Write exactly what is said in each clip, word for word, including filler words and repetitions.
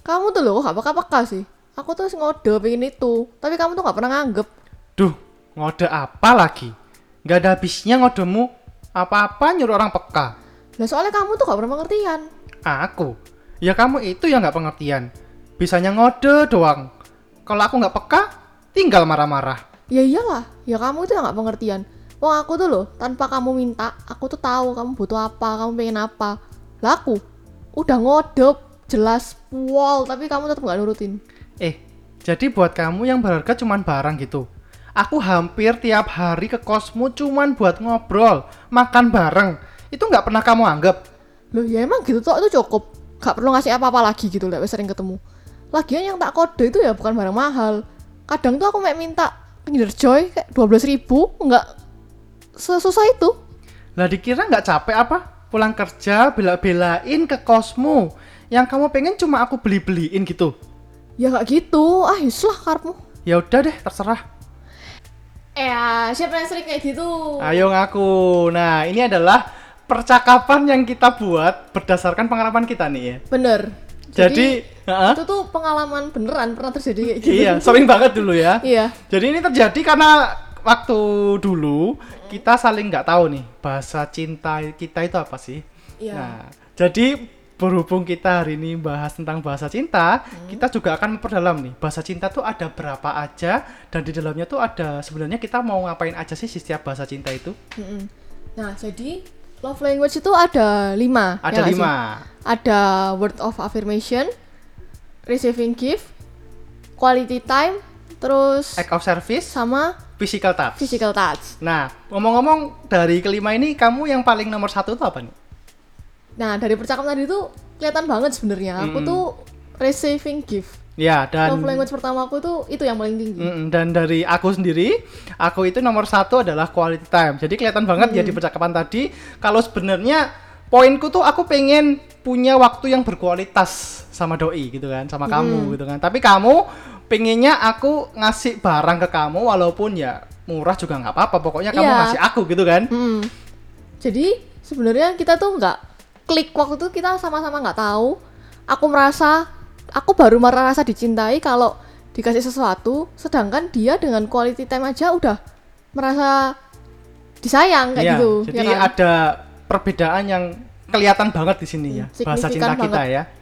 Kamu tuh loh gak peka-peka sih. Aku tuh ngode pengen itu, tapi kamu tuh gak pernah nganggep. Duh, ngode apa lagi? Gak ada habisnya ngodemu. Apa-apa nyuruh orang peka. Lah soalnya kamu tuh gak pernah pengertian. Aku? Ya kamu itu yang gak pengertian. Bisanya ngode doang. Kalau aku gak peka, tinggal marah-marah. Ya iyalah, ya kamu itu yang gak pengertian. Wong aku tuh loh, tanpa kamu minta, aku tuh tahu kamu butuh apa, kamu pengen apa. Lah aku udah ngode jelas pol, tapi kamu tetap gak nurutin. Eh, jadi buat kamu yang berharga cuman barang gitu. Aku hampir tiap hari ke kosmu cuman buat ngobrol, makan bareng. Itu gak pernah kamu anggap? Loh ya emang gitu toh, itu cukup. Gak perlu ngasih apa-apa lagi gitu lah, sering ketemu. Lagian yang tak kode itu ya bukan barang mahal. Kadang tuh aku mek minta Kinder Joy kayak dua belas ribu, enggak sesusah itu. Lah dikira gak capek apa? Pulang kerja bela-belain ke kosmu. Yang kamu pengen cuma aku beli-beliin gitu. Ya gak gitu, ah yuslah karepmu. Ya udah deh, terserah. Eh, siapa yang sering kayak gitu? Ayo ngaku. Nah, ini adalah percakapan yang kita buat berdasarkan pengalaman kita nih ya. Bener. Jadi, Jadi uh-uh. itu tuh pengalaman beneran pernah terjadi kayak gitu. Iya, sering banget dulu ya. Iya. Jadi ini terjadi karena waktu dulu kita saling nggak tahu nih bahasa cinta kita itu apa sih. Iya. Nah, jadi berhubung kita hari ini bahas tentang bahasa cinta, hmm. kita juga akan memperdalam nih bahasa cinta tuh ada berapa aja dan di dalamnya tuh ada sebenarnya kita mau ngapain aja sih setiap bahasa cinta itu. Mm-mm. Nah, jadi love language itu ada lima. Ada ya lima. Ada word of affirmation, receiving gift, quality time, terus Act of service, sama physical touch. physical touch. Nah, ngomong-ngomong dari kelima ini kamu yang paling nomor satu tuh apa nih? Nah, dari percakapan tadi tuh kelihatan banget sebenarnya. Aku Mm-mm. tuh receiving gift. Ya, dan Love language pertama aku tuh itu yang paling tinggi. Mm, dan dari aku sendiri, aku itu nomor satu adalah quality time. Jadi kelihatan banget mm. ya di percakapan tadi, kalau sebenarnya poinku tuh aku pengen punya waktu yang berkualitas sama doi gitu kan, sama mm. kamu gitu kan. Tapi kamu pengennya aku ngasih barang ke kamu walaupun ya murah juga nggak apa-apa. Pokoknya kamu yeah. ngasih aku gitu kan. Mm. Jadi sebenarnya kita tuh nggak klik waktu itu, kita sama-sama nggak tahu. Aku merasa aku baru merasa dicintai kalau dikasih sesuatu, sedangkan dia dengan quality time aja udah merasa disayang kayak iya, gitu. Jadi ya kan? ada perbedaan yang kelihatan banget di sini ya, hmm, bahasa cinta banget. kita ya.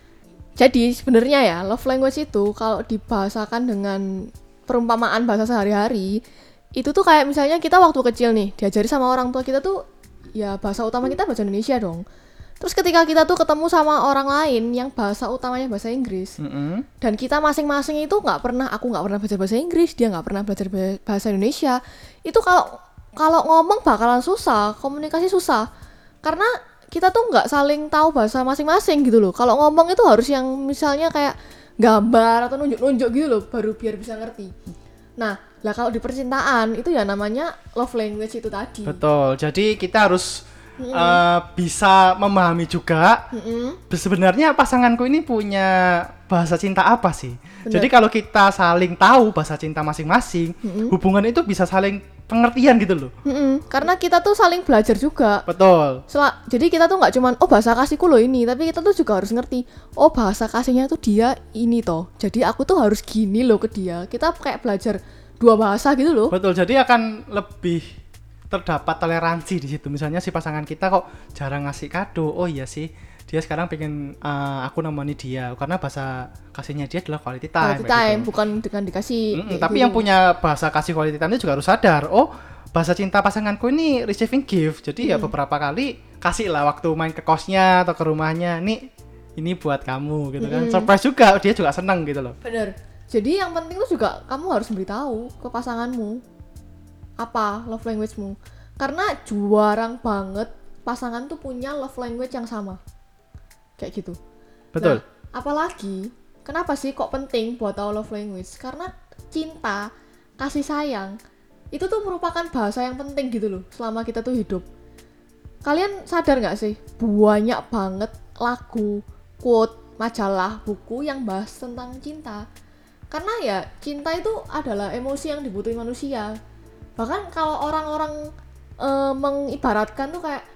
Jadi sebenarnya ya love language itu kalau dibahasakan dengan perumpamaan bahasa sehari-hari, itu tuh kayak misalnya kita waktu kecil nih diajari sama orang tua kita tuh ya bahasa utama kita bahasa Indonesia dong. Terus ketika kita tuh ketemu sama orang lain yang bahasa utamanya bahasa Inggris, Mm-hmm. dan kita masing-masing itu nggak pernah, aku nggak pernah belajar bahasa Inggris, dia nggak pernah belajar bahasa Indonesia, itu kalau kalau ngomong bakalan susah, komunikasi susah, karena kita tuh nggak saling tahu bahasa masing-masing gitu loh. Kalau ngomong itu harus yang misalnya kayak gambar atau nunjuk-nunjuk gitu loh, baru biar bisa ngerti. Nah, lah kalau di percintaan itu ya namanya love language itu tadi. Betul. Jadi kita harus mm-hmm. uh, bisa memahami juga mm-hmm. sebenarnya pasanganku ini punya bahasa cinta apa sih. Bener. Jadi kalau kita saling tahu bahasa cinta masing-masing, mm-hmm. hubungan itu bisa saling pengertian gitu loh. Mm-hmm. Karena kita tuh saling belajar juga. Betul. Sel- jadi kita tuh nggak cuman oh bahasa kasihku loh ini, tapi kita tuh juga harus ngerti oh bahasa kasihnya tuh dia ini toh. Jadi aku tuh harus gini loh ke dia. Kita kayak belajar dua bahasa gitu loh. Betul. Jadi akan lebih terdapat toleransi di situ. Misalnya si pasangan kita kok jarang ngasih kado. Oh iya sih. Dia sekarang pengen uh, aku nemani dia karena bahasa kasihnya dia adalah quality time. Quality time gitu. Bukan dengan dikasih. Mm-mm, tapi gitu. Yang punya bahasa kasih quality time juga harus sadar. Oh, bahasa cinta pasanganku ini receiving gift. Jadi mm. ya beberapa kali kasih lah waktu main ke kosnya atau ke rumahnya. Nih, ini buat kamu gitu kan. Mm. Surprise juga, dia juga seneng gitu loh. Bener. Jadi yang penting tuh juga kamu harus beritahu ke pasanganmu apa love language-mu. Karena jarang banget pasangan tuh punya love language yang sama. Kayak gitu. Betul. Nah, apalagi kenapa sih kok penting buat tahu love language? Karena cinta, kasih sayang itu tuh merupakan bahasa yang penting gitu loh selama kita tuh hidup. Kalian sadar gak sih? Banyak banget lagu, quote, majalah, buku yang bahas tentang cinta. Karena ya cinta itu adalah emosi yang dibutuhin manusia. Bahkan kalau orang-orang e, mengibaratkan tuh kayak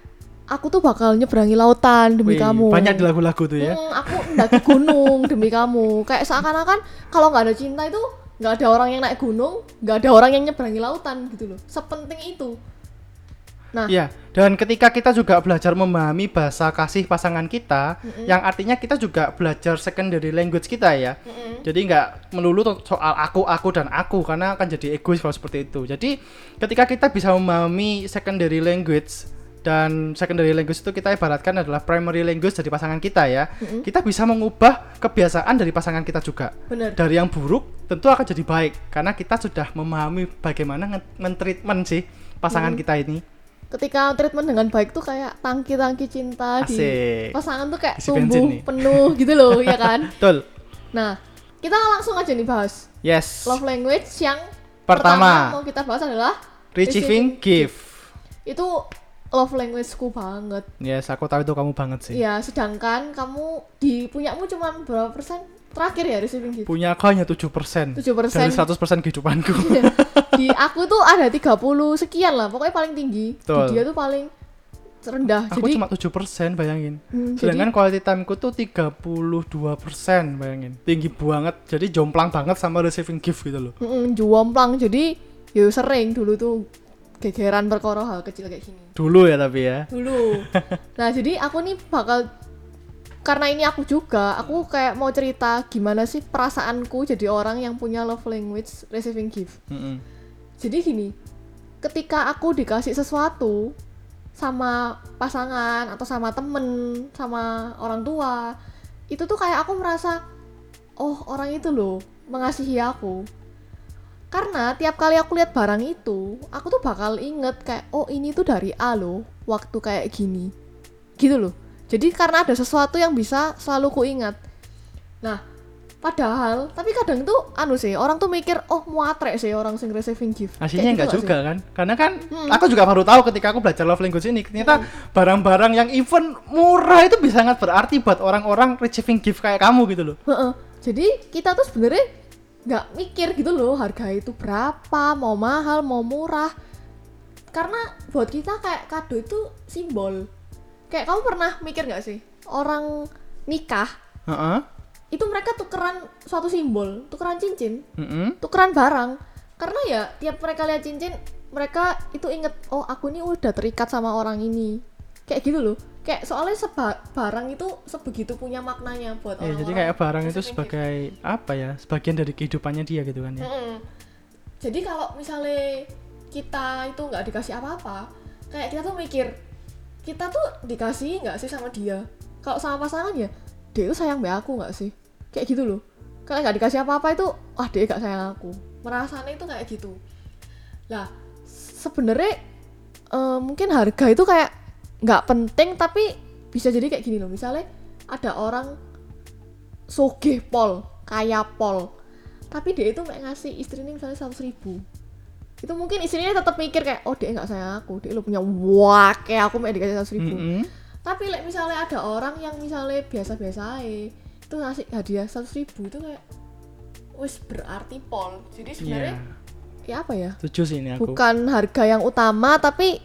aku tuh bakal nyeberangi lautan demi Wih, kamu. banyak di lagu-lagu tuh ya. Hmm, aku mendaki gunung demi kamu. Kayak seakan-akan kalau nggak ada cinta itu nggak ada orang yang naik gunung, nggak ada orang yang nyeberangi lautan gitu loh. Sepenting itu. Nah, Iya, dan ketika kita juga belajar memahami bahasa kasih pasangan kita, Mm-mm. yang artinya kita juga belajar secondary language kita ya. Mm-mm. Jadi nggak melulu to- soal aku, aku dan aku, karena akan jadi egois kalau seperti itu. Jadi ketika kita bisa memahami secondary language, dan secondary language itu kita ibaratkan adalah primary language dari pasangan kita ya, Mm-mm. kita bisa mengubah kebiasaan dari pasangan kita juga. bener. Dari yang buruk tentu akan jadi baik, karena kita sudah memahami bagaimana nge- men-treatment sih pasangan Mm. kita ini. Ketika treatment dengan baik tuh kayak tangki-tangki cinta di Asik. pasangan tuh kayak Isi bensin tumbuh nih. penuh gitu loh, ya kan? Betul. Nah, kita langsung aja nih bahas Yes. love language yang Pertama. mau kita bahas adalah Receiving gift. itu love language-ku banget. Yes, aku tahu itu kamu banget sih. Iya, sedangkan kamu di punyamu cuma berapa persen terakhir ya receiving gift? Punya aku hanya tujuh persen. tujuh persen. Dari seratus persen kehidupanku. Di aku tuh ada tiga puluh sekian lah, pokoknya paling tinggi. Betul. Di dia tuh paling rendah. Aku Jadi cuma tujuh persen, bayangin. Hmm, Sedangkan quality timeku tuh tiga puluh dua persen, bayangin. Tinggi banget. Jadi jomplang banget sama receiving gift gitu loh. mm, juomplang. Jadi ya sering dulu tuh gegeran perkara hal kecil kayak gini. Dulu ya tapi ya. Dulu. Nah, jadi aku nih bakal, karena ini aku juga, aku kayak mau cerita gimana sih perasaanku jadi orang yang punya love language receiving gift. Mm-mm. Jadi gini, ketika aku dikasih sesuatu sama pasangan atau sama temen, sama orang tua, itu tuh kayak aku merasa, oh orang itu loh mengasihi aku. Karena tiap kali aku lihat barang itu, aku tuh bakal inget kayak, oh ini tuh dari A loh, waktu kayak gini. Gitu loh. Jadi karena ada sesuatu yang bisa selalu kuingat. Nah, padahal, tapi kadang tuh anu sih, orang tuh mikir, oh muatrek sih orang sing receiving gift. Aslinya Kayak enggak gitu juga nggak kan. Karena kan Hmm. aku juga baru tahu ketika aku belajar love language ini, ternyata barang-barang yang even murah itu bisa sangat berarti buat orang-orang receiving gift kayak kamu gitu loh. sih? Heeh. Jadi kita tuh sebenarnya nggak mikir gitu loh harga itu berapa, mau mahal, mau murah. Karena buat kita kayak kado itu simbol. Kayak kamu pernah mikir nggak sih, orang nikah Heeh. itu mereka tukeran suatu simbol, tukeran cincin, Mm-mm. tukeran barang. Karena ya tiap mereka lihat cincin, mereka itu inget, oh aku ini udah terikat sama orang ini. Kayak gitu loh. Kayak soalnya seba- barang itu sebegitu punya maknanya buat Ya, orang-orang. jadi kayak barang itu receiving gift. sebagai apa ya? Sebagian dari kehidupannya dia gitu kan ya. Mm-mm. Jadi kalau misalnya kita itu nggak dikasih apa-apa, kayak kita tuh mikir, kita tuh dikasih nggak sih sama dia? Kalau sama pasangan ya, dia itu sayang sama aku nggak sih? Kayak gitu loh. Kalau nggak dikasih apa-apa itu, wah dia nggak sayang aku. Merasanya itu kayak gitu. Lah, sebenarnya eh, mungkin harga itu kayak nggak penting, tapi bisa jadi kayak gini loh. Misalnya ada orang sogeh pol, kaya pol, tapi dia itu kayak ngasih istrinya misalnya seratus ribu. Itu mungkin istrinya tetap mikir kayak, oh dia nggak sayang aku, dia lo punya wah kayak aku mau dikasih seratus ribu. Mm-mm. Tapi like, misalnya ada orang yang misalnya biasa-biasa aja, itu ngasih hadiah seratus ribu itu kayak wis berarti pol. Jadi sebenarnya Iya. ya apa ya, Setuju sih ini aku. bukan harga yang utama, tapi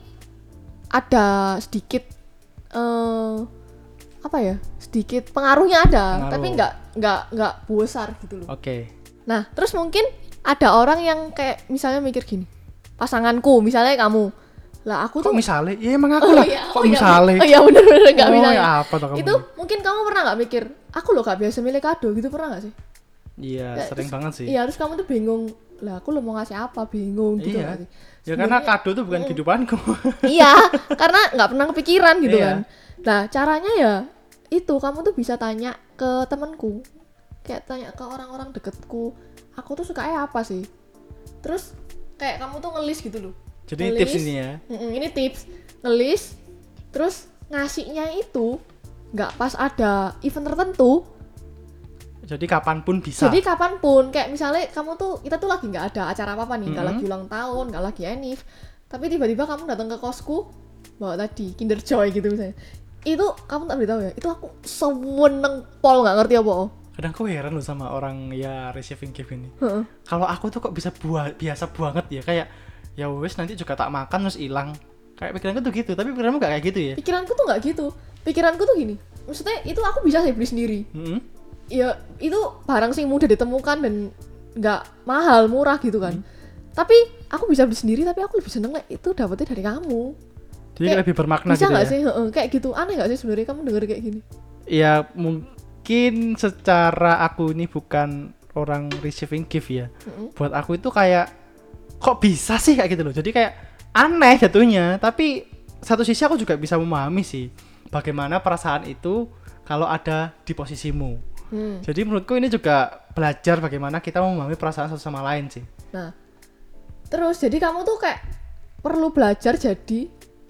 ada sedikit eh apa ya, sedikit pengaruhnya ada. Pengaruh. Tapi nggak nggak nggak besar gitu loh. Oke. Nah, terus mungkin ada orang yang kayak misalnya mikir gini, pasanganku, misalnya kamu, lah aku Kok tuh, misalnya? Iya emang aku Oh lah. iya, Kok oh iya, misalnya? oh iya bener-bener nggak Oh, misalnya. ya apa tuh kamu? Itu mungkin kamu pernah nggak mikir, aku loh gak biasa milih kado gitu, pernah nggak sih? Iya, Ya, sering terus- banget sih. Iya, terus kamu tuh bingung, lah aku lo mau ngasih apa, bingung gitu Iya. nggak sih? Ya karena Sebenarnya- kado tuh bukan kehidupanku. Iya, karena nggak pernah kepikiran gitu Iya. kan. Nah, caranya ya itu, kamu tuh bisa tanya ke temanku, kayak tanya ke orang-orang deketku, aku tuh sukanya apa sih? Terus kayak kamu tuh ngelis gitu loh. Jadi Ngelis. tips ini ya. Mm-mm, ini tips, ngelis, terus ngasihnya itu nggak pas ada event tertentu. Jadi kapanpun bisa. Jadi kapanpun, kayak misalnya kamu tuh, kita tuh lagi nggak ada acara apa-apa nih, nggak Mm-mm. lagi ulang tahun, nggak lagi enif, tapi tiba-tiba kamu datang ke kosku bawa tadi Kinder Joy gitu misalnya. Itu kamu tak beritahu ya, itu aku seweneng pol, nggak ngerti apa. Kadang aku heran loh sama orang ya receiving gift ini. Heeh. Kalau aku tuh kok bisa buah, biasa banget ya, kayak ya wes nanti juga tak makan terus hilang. Kayak pikiranku tuh gitu, tapi pikiranmu gak kayak gitu ya? Pikiranku tuh nggak gitu. Pikiranku tuh gini. Maksudnya itu aku bisa sih beli sendiri. Mm-hmm. Ya itu barang sing mudah ditemukan dan nggak mahal, murah gitu kan. Hmm. Tapi aku bisa beli sendiri, tapi aku lebih seneng like, itu dapetnya dari kamu. Jadi kayak lebih bermakna bisa gitu gak ya? sih? Heeh, kayak gitu. Aneh gak sih sebenarnya kamu denger kayak gini? Ya mungkin secara aku ini bukan orang receiving gift ya. Mm-mm. Buat aku itu kayak kok bisa sih kayak gitu loh. Jadi kayak aneh jatuhnya. Tapi satu sisi aku juga bisa memahami sih bagaimana perasaan itu kalau ada di posisimu. Hmm. Jadi menurutku ini juga belajar bagaimana kita memahami perasaan satu sama lain sih. Nah, terus jadi kamu tuh kayak perlu belajar jadi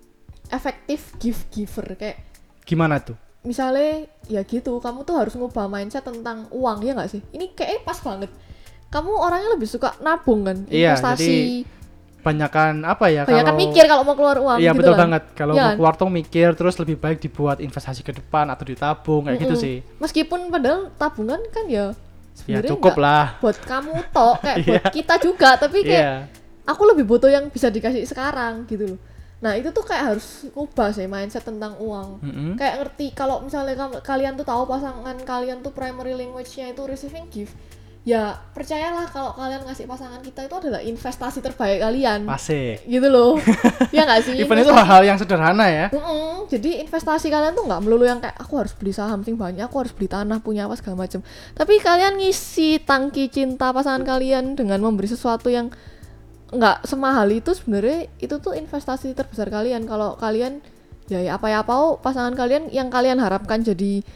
efektif gift giver. Kayak Gimana tuh? misalnya ya gitu, kamu tuh harus ngubah mindset tentang uang, ya nggak sih? Ini kayaknya pas banget. Kamu orangnya lebih suka nabung kan, Iya, investasi. jadi banyakan apa ya? Banyak kan kalau- mikir kalau mau keluar uang. Iya gitu betul kan. banget. Kalau Iya mau kan? keluar tuh mikir, terus lebih baik dibuat investasi ke depan atau ditabung kayak gitu Mm-mm. sih. Meskipun padahal tabungan kan ya Ya sebenarnya cukup nggak lah. buat kamu tok, kayak Iya. buat kita juga, tapi kayak Iya. aku lebih butuh yang bisa dikasih sekarang gitu loh. Nah itu tuh kayak harus ubah sih mindset tentang uang. Mm-mm. Kayak ngerti kalau misalnya kam- kalian tuh tahu pasangan kalian tuh primary language-nya itu receiving gift, ya percayalah kalau kalian ngasih pasangan kita itu adalah investasi terbaik kalian. Asik. Gitu loh. Ya nggak sih? Even itu Investasi- hal-hal yang sederhana ya. Mm-mm. Jadi investasi kalian tuh nggak melulu yang kayak aku harus beli saham sing banyak, aku harus beli tanah punya apa segala macam. Tapi kalian ngisi tangki cinta pasangan kalian dengan memberi sesuatu yang nggak semahal itu, sebenarnya itu tuh investasi terbesar kalian. Kalau kalian ya, ya apa ya apa pasangan kalian yang kalian harapkan jadi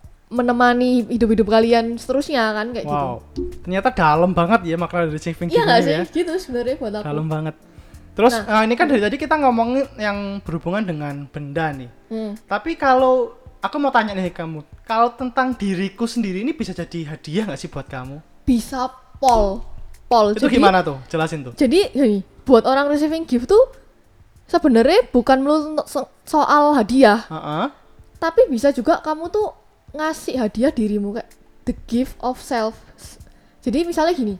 menemani hidup-hidup kalian seterusnya kan kayak gitu. Wow. Ternyata dalam banget ya makna dari saving Iya gift nggak ini sih? ya. Gitu sebenarnya buat aku. Dalam banget. Terus Nah. eh, ini kan dari tadi kita ngomongin yang berhubungan dengan benda nih. Hmm. Tapi kalau aku mau tanya nih ke kamu, kalau tentang diriku sendiri ini bisa jadi hadiah nggak sih buat kamu? Bisa pol. Pol. Itu Jadi- gimana tuh? Jelasin tuh. Jadi gini, buat orang receiving gift tuh sebenarnya bukan melulu so- soal hadiah, Heeh. tapi bisa juga kamu tuh ngasih hadiah dirimu, kayak the gift of self. Jadi misalnya gini,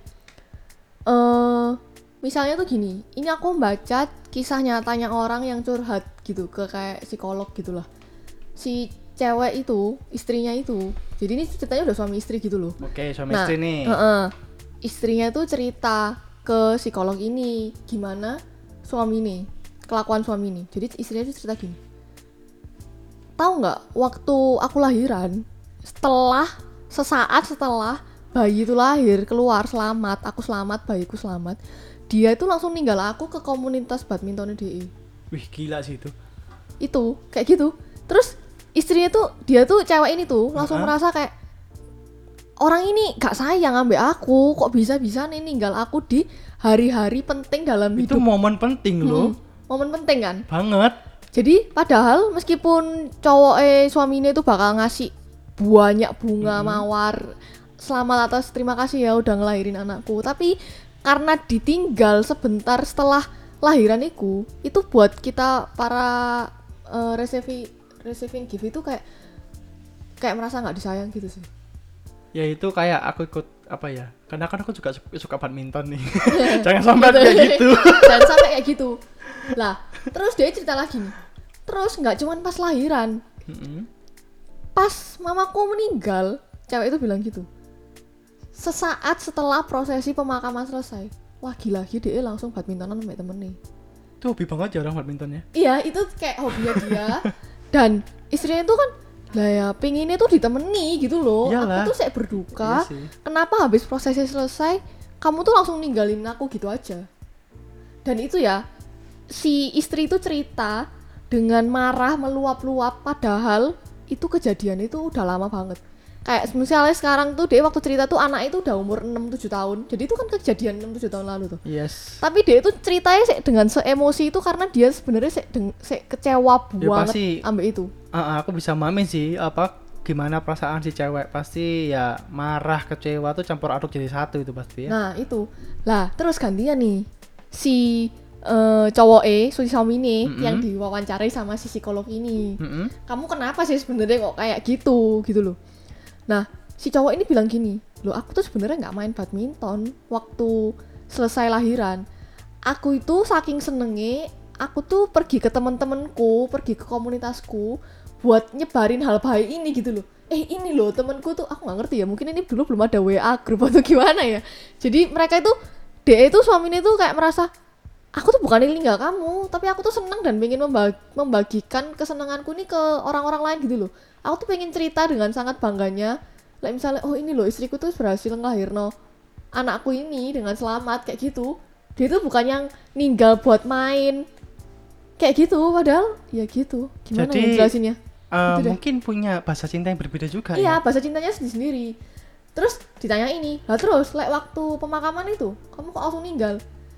eh misalnya tuh gini, ini aku baca kisah nyatanya orang yang curhat gitu ke kayak psikolog gitulah. Si cewek itu, istrinya itu, jadi ini ceritanya udah suami istri gitu loh. Oke, suami Nah, istri nih. heeh. Istrinya tuh cerita ke psikolog ini gimana suami ini, kelakuan suami ini. Jadi istrinya tuh cerita gini, tahu nggak waktu aku lahiran, setelah sesaat setelah bayi itu lahir keluar selamat, aku selamat, bayiku selamat, dia itu langsung ninggal aku ke komunitas badminton D I. Wih, gila sih itu. Itu kayak gitu. Terus istrinya tuh, dia tuh cewek ini tuh langsung Uh-huh. merasa kayak orang ini gak sayang ambil aku, kok bisa-bisa nih ninggal aku di hari-hari penting dalam Itu hidup. momen penting loh. Hmm, momen penting kan. Banget. Jadi padahal meskipun cowok eh suaminya itu bakal ngasih banyak bunga Hmm. mawar, selamat atas terima kasih ya udah ngelahirin anakku, tapi karena ditinggal sebentar setelah lahiran itu, itu buat kita para eh, receiving receiving gift itu kayak kayak merasa nggak disayang gitu sih. Ya itu kayak aku ikut apa ya? Karena kan aku juga su- suka badminton nih. Jangan sampai kayak gitu. Dan sampai kayak gitu. Lah, terus dia cerita lagi nih. Terus nggak cuman pas lahiran, Mm-mm. pas mamaku meninggal, cewek itu bilang gitu. Sesaat setelah prosesi pemakaman selesai, wah gila, dia langsung badmintonan sama temennya. Itu hobi banget ya orang badmintonnya. Iya, itu kayak hobinya dia. Dan istrinya itu kan, lah ya pinginnya tuh ditemani gitu loh. Iyalah. Aku tuh saya berduka. Iya sih. Kenapa habis prosesnya selesai, kamu tuh langsung ninggalin aku gitu aja. Dan itu ya, si istri itu cerita dengan marah meluap-luap, padahal itu kejadian itu udah lama banget. Kayak misalnya sekarang tuh dia waktu cerita tuh anak itu udah umur enam tujuh tahun. Jadi itu kan kejadian enam tujuh tahun lalu tuh. Yes. Tapi dia itu ceritanya sih dengan seemosi itu karena dia sebenarnya sih deng- sih kecewa Ya banget pasti. ambil itu. Ah, ah, aku bisa mamin sih apa gimana perasaan si cewek, pasti ya marah, kecewa tuh campur aduk jadi satu itu pasti ya. Nah itu. Lah terus gantinya nih si eh, cowok E, si suami ini Mm-mm. yang diwawancarai sama si psikolog ini. Mm-mm. Kamu kenapa sih sebenarnya kok kayak gitu gitu loh. Nah si cowok ini bilang gini, loh aku tuh sebenarnya nggak main badminton waktu selesai lahiran. Aku itu saking senenge aku tuh pergi ke teman-temanku, pergi ke komunitasku buat nyebarin hal baik ini gitu loh. Eh ini loh temanku tuh, aku nggak ngerti ya, mungkin ini dulu belum ada W A grup atau gimana ya. Jadi mereka itu, dia itu suaminya tuh kayak merasa, aku tuh bukan ninggal kamu, tapi aku tuh seneng dan pengen membag- membagikan kesenanganku nih ke orang-orang lain gitu loh. Aku tuh pengen cerita dengan sangat bangganya, like misalnya, oh ini loh istriku tuh berhasil ngelahirno anakku ini dengan selamat kayak gitu. Dia tuh bukan yang ninggal buat main kayak gitu, padahal ya gitu. Gimana Jadi, ya jelasinnya? Uh, Gitu deh. mungkin punya bahasa cinta yang berbeda juga Iya, ya. bahasa cintanya sendiri-sendiri. Terus ditanya ini, lah terus like waktu pemakaman itu, kamu kok langsung ninggal?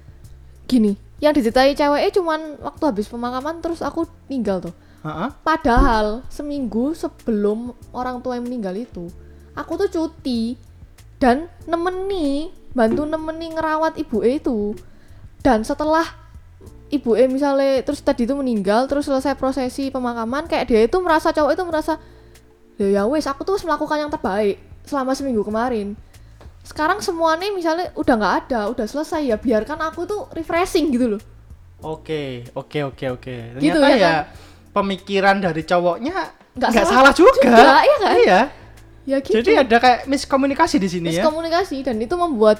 Gini, yang diceritai ceweknya cuman waktu habis pemakaman terus aku ninggal tuh. Uh-uh. Padahal seminggu sebelum orang tua yang meninggal itu, aku tuh cuti dan nemeni, bantu nemeni ngerawat ibu itu. Dan setelah ibu E misalnya terus tadi itu meninggal, terus selesai prosesi pemakaman, kayak dia itu merasa, cowok itu merasa, ya ya wes aku tuh melakukan yang terbaik selama seminggu kemarin. Sekarang semuanya misalnya udah nggak ada, udah selesai, ya biarkan aku tuh refreshing gitu loh. Oke, oke, oke, oke. Ternyata Gitu ya, ya kan? pemikiran dari cowoknya Nggak nggak salah salah, juga. juga, iya kan? Iya. Ya gitu. Jadi ada kayak miskomunikasi di sini ya. Miskomunikasi, dan itu membuat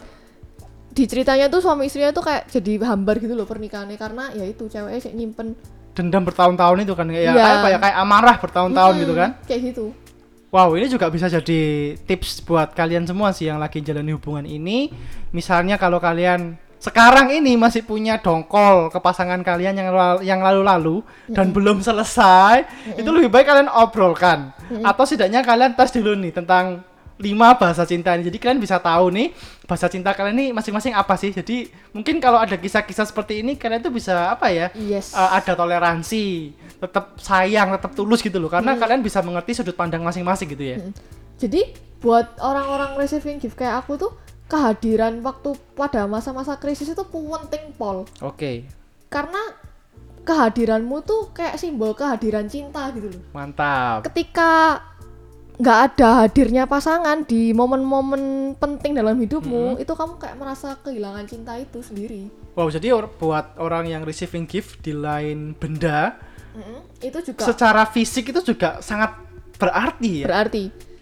di ceritanya tuh suami istrinya tuh kayak jadi hambar gitu loh pernikahannya, karena ya itu ceweknya sih nyimpen Dendam bertahun-tahun itu kan kayak Iya. apa ya, kayak amarah bertahun-tahun Mm-mm, gitu kan. kayak gitu. Wow, ini juga bisa jadi tips buat kalian semua sih yang lagi jalani hubungan ini. Misalnya kalau kalian sekarang ini masih punya dongkol ke pasangan kalian yang lal- yang lalu-lalu dan belum selesai, itu lebih baik kalian obrolkan. Atau setidaknya kalian tes dulu nih tentang lima bahasa cinta ini. Jadi kalian bisa tahu nih bahasa cinta kalian ini masing-masing apa sih. Jadi mungkin kalau ada kisah-kisah seperti ini, kalian tuh bisa apa ya? Yes. uh, ada toleransi, tetap sayang, tetap tulus gitu loh. Karena kalian bisa mengerti sudut pandang masing-masing gitu ya. Jadi buat orang-orang receiving gift kayak aku tuh, kehadiran waktu pada masa-masa krisis itu penting pol. Oke, Karena kehadiranmu tuh kayak simbol kehadiran cinta gitu loh. mantap. Ketika nggak ada hadirnya pasangan di momen-momen penting dalam hidupmu, itu kamu kayak merasa kehilangan cinta itu sendiri. Wow, jadi or- buat orang yang receiving gift di lain benda, Mm-mm, itu juga secara fisik itu juga sangat berarti ya. berarti.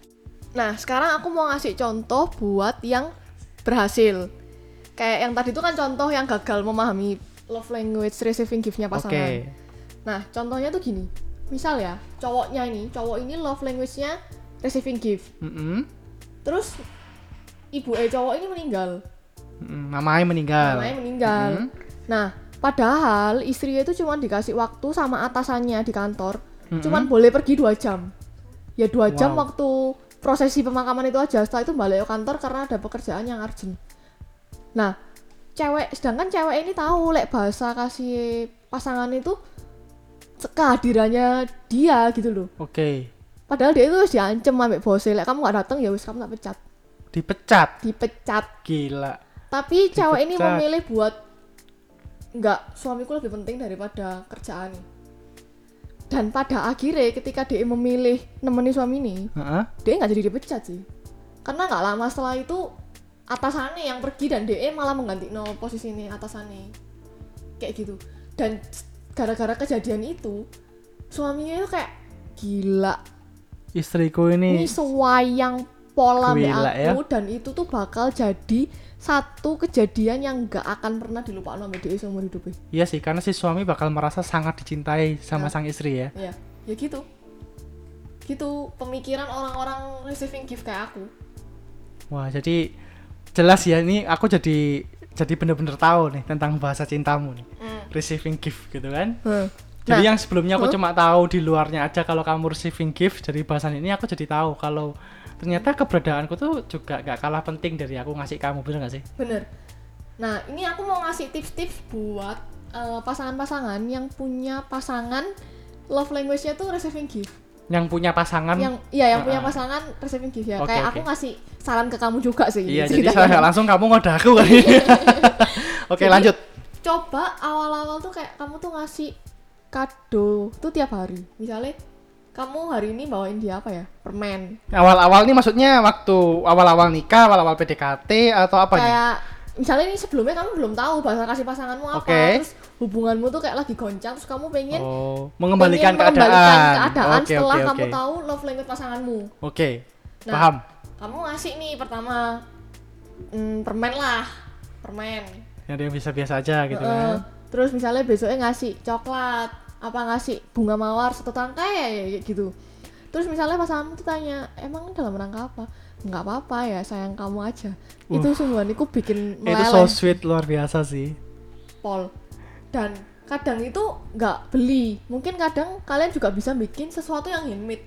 Nah, sekarang aku mau ngasih contoh buat yang berhasil. Kayak yang tadi itu kan contoh yang gagal memahami love language receiving gift-nya Oke. pasangan. Nah, contohnya tuh gini. Misal ya, cowoknya ini, cowok ini love language-nya receiving gift. Mm-mm. Terus ibu eh cowok ini meninggal. Mm-mm, mamanya meninggal. Mamanya meninggal. Mm-mm. Nah, padahal istrinya itu cuma dikasih waktu sama atasannya di kantor, Mm-mm. cuman boleh pergi dua jam. Ya dua jam Wow. waktu prosesi pemakaman itu aja. Setelah itu balik ke kantor karena ada pekerjaan yang urgent. Nah, cewek, sedangkan cewek ini tahu lek bahasa kasih pasangan itu kehadirannya dia gitu loh. Oke. Padahal dia itu harus diancem ambek bosnya, lek kamu gak datang ya wis kamu tak pecat. Dipecat. Dipecat. Gila. Tapi cewek ini Dipecat. memilih buat enggak, suamiku lebih penting daripada kerjaan. Dan pada akhirnya ketika dia memilih nemeni suami ini, Heeh. dia nggak jadi dipecat sih. Karena nggak lama setelah itu atasannya yang pergi dan dia malah mengganti no posisi ini atasannya. Kayak gitu. Dan gara-gara kejadian itu, suaminya itu kayak gila. Istriku ini Ini sewayang pola mbak Gila, aku ya? Dan itu tuh bakal jadi satu kejadian yang nggak akan pernah dilupakan sama dia seumur hidupnya. iya sih, karena si suami bakal merasa sangat dicintai sama Ya. sang istri ya. Ya, ya gitu. Gitu pemikiran orang-orang receiving gift kayak aku. Wah, jadi jelas ya, ini aku jadi jadi bener-bener tahu nih tentang bahasa cintamu nih. Receiving gift gitu kan. Hmm. Jadi Nah, yang sebelumnya aku huh? cuma tahu di luarnya aja kalau kamu receiving gift dari bahasan ini, aku jadi tahu kalau ternyata keberadaanku tuh juga gak kalah penting dari aku ngasih kamu, bener gak sih? Bener. Nah, ini aku mau ngasih tips-tips buat eh, pasangan-pasangan yang punya pasangan love language-nya tuh receiving gift. Yang punya pasangan. Yang iya, yang Uh-uh. punya pasangan receiving gift ya. Oke, Kayak oke. aku ngasih saran ke kamu juga sih. Iya, jadi ceritanya. saya langsung kamu ngoda aku kan. Oke, Jadi, lanjut. Coba awal-awal tuh kayak kamu tuh ngasih kado tuh tiap hari. Misalnya kamu hari ini bawain dia apa ya? Permen. Awal-awal nih maksudnya waktu awal-awal nikah, awal-awal P D K T atau apa nih? Kayak misalnya ini sebelumnya kamu belum tahu bahasa kasih pasanganmu apa, Oke. terus hubunganmu tuh kayak lagi goncang, terus kamu pengen Oh, mengembalikan pengen keadaan. mengembalikan keadaan Oke, setelah oke, kamu oke. tahu love language pasanganmu. Oke. Nah, Paham. kamu ngasih nih pertama hmm, permen lah, permen. Yang dia biasa-biasa aja gitu Heeh. kan. Terus misalnya besoknya ngasih coklat, apa ngasih bunga mawar satu tangkai ya kayak gitu. Terus misalnya pasanganmu tuh tanya, emang dalam rangka apa? Nggak apa-apa ya, sayang kamu aja. Uh. Itu sungguhan itu bikin Itu meleleh, so sweet, luar biasa sih. Pol. Dan kadang itu nggak beli. Mungkin kadang kalian juga bisa bikin sesuatu yang handmade.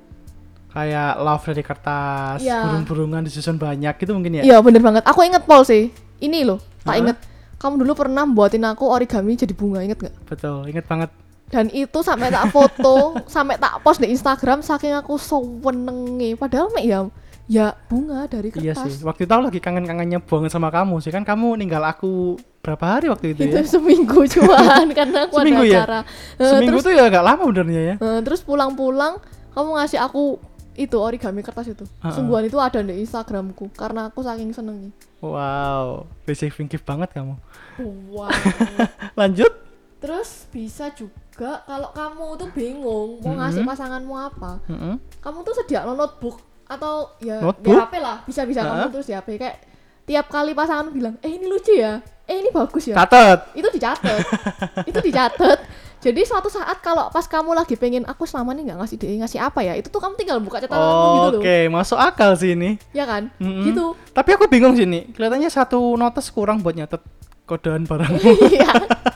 Kayak love dari kertas, Iya. burung-burungan disusun banyak gitu mungkin ya. Iya bener banget. Aku inget Pol sih. Ini loh, tak Hah? inget. Kamu dulu pernah buatin aku origami jadi bunga, inget nggak? Betul, inget banget. Dan itu sampai tak foto, sampai tak post di Instagram saking aku senenge. Padahal mek ya ya bunga dari Iya kertas. sih. Waktu itu aku lagi kangen-kangennya banget sama kamu sih kan, kamu ninggal aku berapa hari waktu itu, Itu ya? seminggu cuman karena aku Seminggu ada ya? acara. Eh, Seminggu terus tuh ya gak lama benernya ya. eh, terus pulang-pulang kamu ngasih aku itu origami kertas itu. Uh-uh. Sungguhan itu ada di Instagramku karena aku saking senengnya. Wow, receiving gift banget kamu. Wow. Lanjut. Terus bisa juga kalau kamu tuh bingung mau Mm-hmm. ngasih pasanganmu apa, Mm-mm. kamu tuh sediakan notebook atau ya Notebook? di H P lah, bisa-bisa Uh-huh. kamu terus di H P kayak tiap kali pasangan bilang, eh ini lucu ya, eh ini bagus ya, Catet. itu dicatat, itu dicatat. Jadi suatu saat kalau pas kamu lagi pengen aku selama ini nggak ngasih dia ngasih apa ya, itu tuh kamu tinggal buka catatanmu gitu loh, Oke, masuk akal sih ini. ya kan? Mm-mm. Gitu. Tapi aku bingung sih nih, kelihatannya satu notes kurang buat nyatet kodean barangmu. Iya.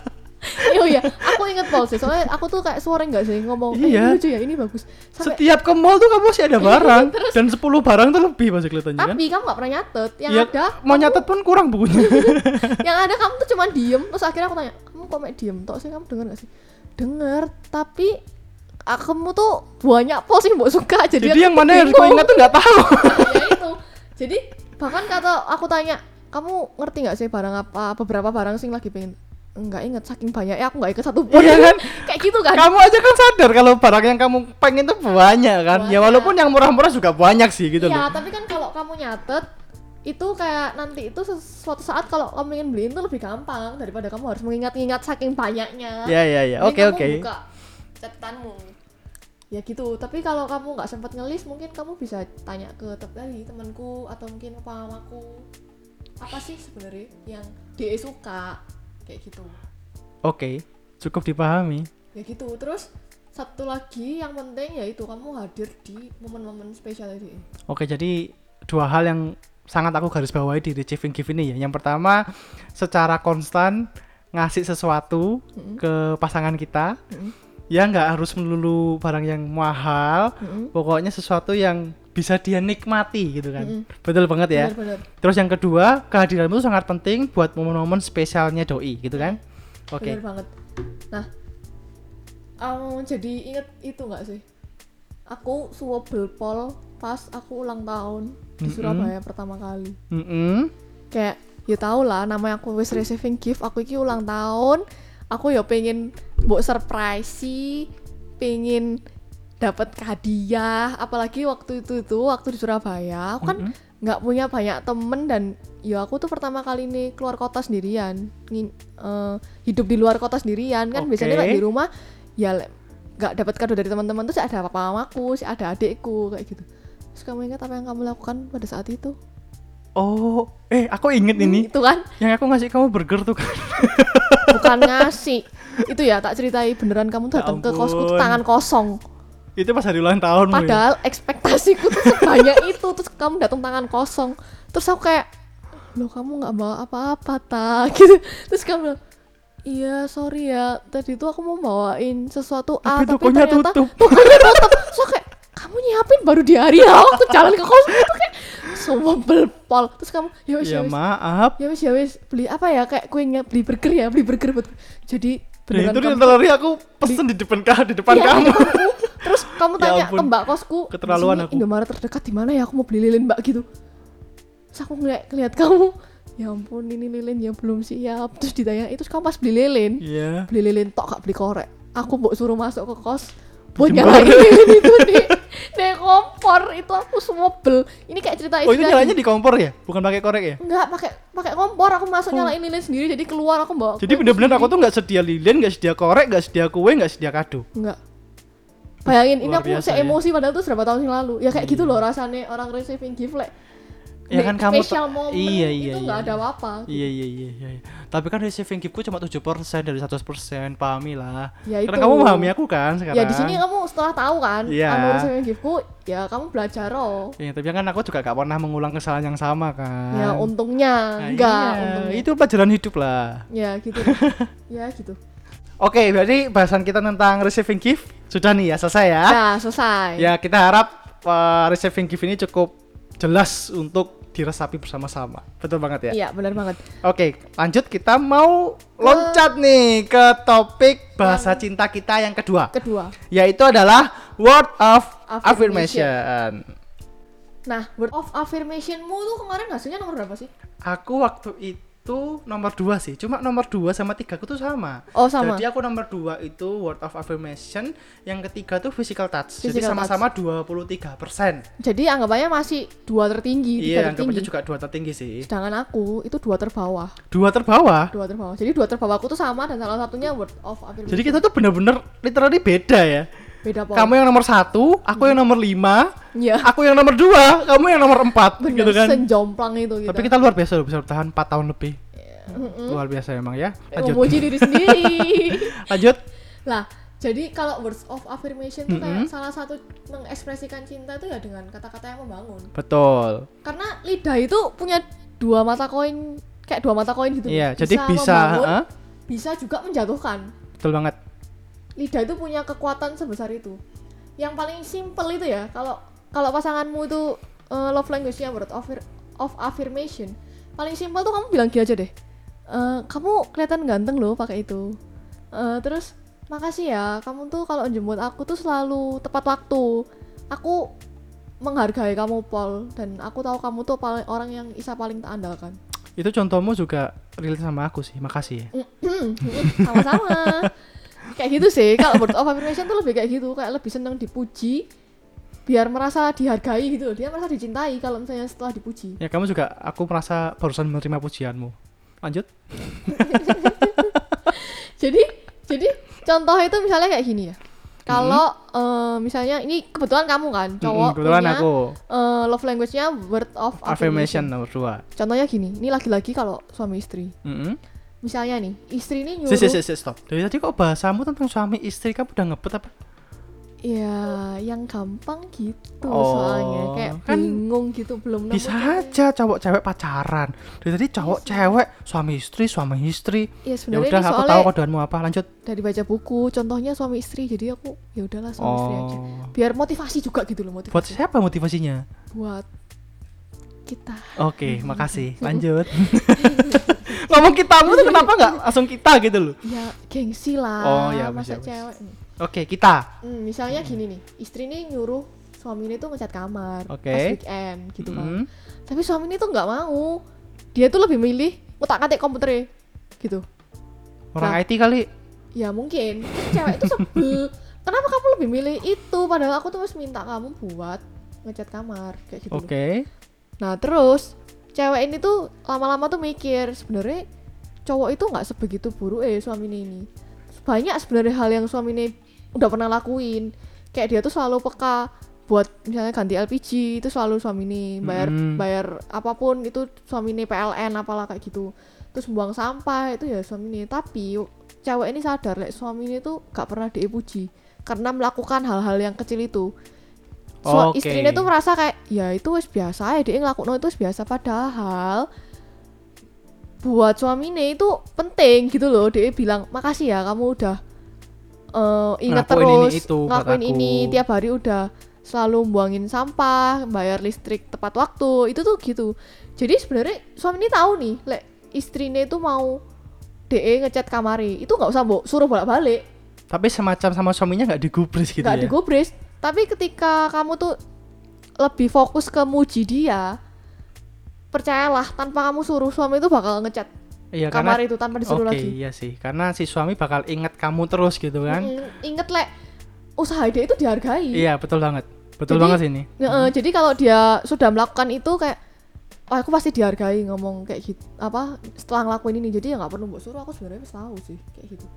Oh iya, aku inget Paul sih, soalnya aku tuh kayak sore nggak sih ngomong, eh Iya. ini lucu ya, ini bagus. Sampai Setiap ke mall tuh kamu masih ada barang. Terus- Dan sepuluh barang tuh lebih masih kelihatannya kan. tapi kamu nggak pernah nyatet, yang Ya, ada mau nyatet pun kurang bukunya. yang ada kamu tuh cuma diem. Terus akhirnya aku tanya, kamu kok mek diem tok sih, kamu denger gak sih? Denger, tapi ah, kamu tuh banyak pos yang mbok suka, jadi, Jadi aku yang tuh mana yang harus bingung. gue ingat tuh nggak tahu. Ya itu, jadi bahkan kata aku tanya, kamu ngerti nggak sih barang apa, beberapa barang sing lagi pengen, nggak inget saking banyak ya aku nggak inget satu pun. Iya kan? Kayak gitu kan. Kamu aja kan sadar kalau barang yang kamu pengen tuh banyak kan. Ya Banyak. walaupun yang murah-murah juga banyak sih gitu Iya, loh. tapi kan kalau kamu nyatet itu kayak nanti itu ses- suatu saat kalau kamu ingin beliin tuh lebih gampang daripada kamu harus mengingat-ingat saking banyaknya. Ya ya ya. Mending Oke kamu oke. buka catatanmu. Ya gitu. Tapi kalau kamu nggak sempat ngelis, mungkin kamu bisa tanya ke te- tadi temanku atau mungkin papa mamaku. Apa sih sebenarnya yang dia suka kayak gitu. Oke, cukup dipahami. Ya gitu. Terus satu lagi yang penting yaitu kamu hadir di momen-momen spesial ini. Oke, jadi dua hal yang sangat aku garis bawahi di receiving gift ini ya. Yang pertama, secara konstan ngasih sesuatu Mm-mm. ke pasangan kita. Mm-mm. Ya nggak harus melulu barang yang mahal. Mm-mm. Pokoknya sesuatu yang bisa dia nikmati gitu kan. Mm-mm. Betul banget ya. Benar-benar. Terus yang kedua, kehadiranmu itu sangat penting buat momen-momen spesialnya doi gitu kan. Oke. Benar banget. Nah, um, jadi inget itu nggak sih? Aku suwebel pol pas aku ulang tahun di Mm-mm. Surabaya pertama kali. Mm-mm. Kayak ya tau lah, namanya aku wis receiving gift, aku iki ulang tahun, aku ya pengen mbok surprise sih, pengen dapat hadiah, apalagi waktu itu itu waktu di Surabaya, aku kan Mm-mm. nggak punya banyak temen dan ya aku tuh pertama kali nih keluar kota sendirian, ngin- eh, hidup di luar kota sendirian kan. Oke. Biasanya kayak di rumah ya le- nggak dapat kado dari teman-teman tuh sih ada papa mamaku, sih ada adikku kayak gitu. Terus kamu ingat apa yang kamu lakukan pada saat itu? Oh, eh aku inget ini. Itu kan Yang aku ngasih kamu burger tuh kan. bukan ngasih. Itu ya tak ceritai beneran, kamu datang ke kosku tuh ampun. tangan kosong. Itu pas hari ulang tahunmu ya. Padahal ekspektasiku tuh sebanyak itu, terus kamu datang tangan kosong. Terus aku kayak, loh kamu nggak bawa apa-apa ta gitu. Terus kamu bilang, iya sorry ya, tadi tuh aku mau bawain sesuatu A, Tapi tapi tokonya ternyata tutup. tokonya tutup. So kayak, kamu nyiapin baru di hari ya waktu jalan ke kosku tuh kayak semua belpol. Terus kamu, ya wis Ya ya wis, maaf. ya wis ya wis, beli apa ya, kayak kuenya beli burger ya, beli burger buat. Jadi Dan beneran itu kamu literally aku pesen di depan ka, di depan Iya, kamu. di depanku. Terus kamu Ya tanya ampun. ke mbak kosku, Keterlaluan "Di sini aku." Indomaret terdekat di mana ya? Aku mau beli lilin mbak gitu. Terus aku ngeliat, ngeliat kamu, ya ampun ini lilin ya belum siap. Terus ditanya, itu kamu pas beli lilin, Iya. beli lilin tok gak beli korek. Aku mau suruh masuk ke kos buat Bikin nyalain korek. lilin itu di Nek kompor itu aku sebel. Ini kayak cerita Oh, itu istri nyalanya lagi. di kompor ya? Bukan pakai korek ya? Enggak pakai pakai kompor, aku masuk nyalain lilin sendiri jadi keluar aku bawa. Jadi bener-bener aku tuh nggak sedia lilin, nggak sedia korek, nggak sedia kue, nggak sedia kado. enggak. Bayangin ini Luar aku biasa se ya. emosi padahal tuh berapa tahun yang lalu. Ya kayak gitu loh rasanya orang receiving gift like. Ya nek kan kamu special tuh- moment iya, iya, itu iya. enggak ada apa-apa. Iya iya iya iya. iya. Tapi kan receiving giftku cuma tujuh persen dari seratus persen, pahami lah. Ya Karena itu. kamu memahami aku kan sekarang. Ya di sini kamu setelah tahu kan, Iya. anu receiving giftku, ya kamu belajar oh. Iya, tapi kan aku juga gak pernah mengulang kesalahan yang sama kan. Ya untungnya Nah, enggak, iya, untungnya. itu pelajaran hidup lah. Ya gitu. Ya gitu. Oke, berarti bahasan kita tentang receiving gift sudah nih ya, selesai ya. Nah, selesai. Ya, kita harap uh, receiving gift ini cukup jelas untuk diresapi bersama-sama. Betul banget ya? Iya, benar banget. Oke, lanjut kita mau loncat nih ke topik bahasa cinta kita yang kedua, Kedua. yaitu adalah word of Affirmation. affirmation. Nah, word of affirmation-mu tuh kemarin hasilnya nomor berapa sih? Aku waktu itu nomor dua sih, cuma nomor dua sama tiga aku tuh sama. Oh, sama. Jadi aku nomor dua itu word of affirmation, yang ketiga tuh physical touch. Jadi Physical sama-sama dua puluh tiga persen. Jadi anggapannya masih dua tertinggi, tiga Iya, tertinggi. anggapannya juga dua tertinggi sih. Sedangkan aku itu dua terbawah. Dua terbawah. Dua terbawah. Jadi dua terbawah aku tuh sama dan salah satunya word of affirmation. Jadi kita tuh bener-bener literally beda ya. beda poin. Kamu yang nomor satu, aku yang nomor lima, Iya. aku yang nomor dua, kamu yang nomor empat, Bener, gitu kan? senjomplang itu kita. Tapi kita luar biasa loh, bisa bertahan empat tahun lebih. Mm-mm. Luar biasa emang ya. Eh, Lanjut. memuji diri sendiri. Lanjut. Lah, jadi kalau words of affirmation tuh Mm-mm. kayak salah satu mengekspresikan cinta itu ya dengan kata-kata yang membangun. Betul. Karena lidah itu punya dua mata koin, kayak dua mata koin gitu. Iya, jadi bisa, membangun, heeh. bisa juga menjatuhkan. Betul banget. Lidah itu punya kekuatan sebesar itu. Yang paling simple itu ya, kalau kalau pasanganmu itu uh, love language-nya word of, of affirmation, paling simple tuh kamu bilang gini aja deh. Uh, kamu kelihatan ganteng loh pakai itu. Uh, terus makasih ya, kamu tuh kalau jemput aku tuh selalu tepat waktu. Aku menghargai kamu Paul, dan aku tahu kamu tuh paling orang yang Isa paling tak andalkan. Itu contohmu juga relate sama aku sih. Makasih ya. Sama-sama. Kayak gitu sih. Kalau word of affirmation tuh lebih kayak gitu, kayak lebih seneng dipuji, biar merasa dihargai gitu. Dia merasa dicintai kalau misalnya setelah dipuji. Ya kamu juga, aku merasa barusan menerima pujianmu. Lanjut. Jadi, jadi contoh itu misalnya kayak gini ya. Kalau eh, misalnya ini kebetulan kamu kan cowok Mm-mm, kebetulan punya aku eh, love language-nya word of affirmation affirmation. nomor dua. Contohnya gini, ini lagi-lagi kalau suami istri. Mm-mm. Misalnya nih, istri ini nyuruh. Si, si, si, si, stop. Dari tadi kok bahasamu tentang suami istri kamu udah ngebut apa? Ya, yang gampang gitu Oh, soalnya kayak kan bingung gitu belum nemu Bisa cewek. aja cowok cewek pacaran. Dari tadi cowok cewek, suami istri, suami istri. Ya Ya sebenarnya udah, ini aku soalnya tahu kodeanmu apa. Lanjut. dari baca buku, contohnya suami istri, jadi aku ya udahlah suami istri aja. Oh. Biar motivasi juga gitu loh, motivasi Buat siapa motivasinya? buat kita. Oke, makasih. Lanjut. Ngomong kitamu tuh kenapa nggak langsung kita gitu loh? Ya gengsi lah. Oh, ya, masa wis, ya, wis. cewek. Oke, kita. Hmm, misalnya gini nih, istri nih nyuruh suami ini tuh ngecat kamar Oke. pas weekend gitu kan. Mm. Tapi suami ini tuh nggak mau. Dia tuh lebih milih ngutak-ngatik komputernya gitu. Orang Nah. I T kali. Ya mungkin cewek itu sebel. Kenapa kamu lebih milih itu padahal aku tuh harus minta kamu buat ngecat kamar kayak gitu. loh. Oke. Nah, terus cewek ini tuh lama-lama tuh mikir sebenarnya cowok itu nggak sebegitu buruk eh suaminya ini. Banyak sebenarnya hal yang suaminya udah pernah lakuin. Kayak dia tuh selalu peka buat misalnya ganti L P G itu selalu suaminya bayar Mm. bayar apapun itu suaminya P L N apalah kayak gitu. Terus buang sampah itu ya suaminya. Tapi cewek ini sadar like, suaminya tuh gak pernah dipuji karena melakukan hal-hal yang kecil itu. So, Oke. istrinya tuh merasa kayak ya itu wis biasa ya dia ngelakuin itu wis biasa padahal buat suaminya itu penting gitu loh. Dia bilang makasih ya kamu udah uh, ingat Ngelakuin terus ini itu buat ngelakuin aku." ini tiap hari udah selalu buangin sampah, bayar listrik tepat waktu. Itu tuh gitu. Jadi sebenarnya suami ini tahu nih lek istrinya itu mau D E ngecat kamari itu nggak usah mbok suruh bolak-balik, Tapi semacam sama suaminya nggak digubris gitu nggak ya. digubris. Tapi ketika kamu tuh lebih fokus ke muji dia, percayalah tanpa kamu suruh suami itu bakal ngecat Iya, kamar karena itu tanpa disuruh Oke, lagi. iya sih. Karena si suami bakal ingat kamu terus gitu kan. Mm, inget lek usaha dia itu dihargai. Iya, betul banget. Betul jadi, banget sih ini. Ya, uh, jadi kalau dia sudah melakukan itu kayak, oh aku pasti dihargai ngomong kayak gitu. Apa setelah ngelakuin ini, jadi ya nggak perlu mbok suruh. Aku sebenarnya tahu sih kayak gitu.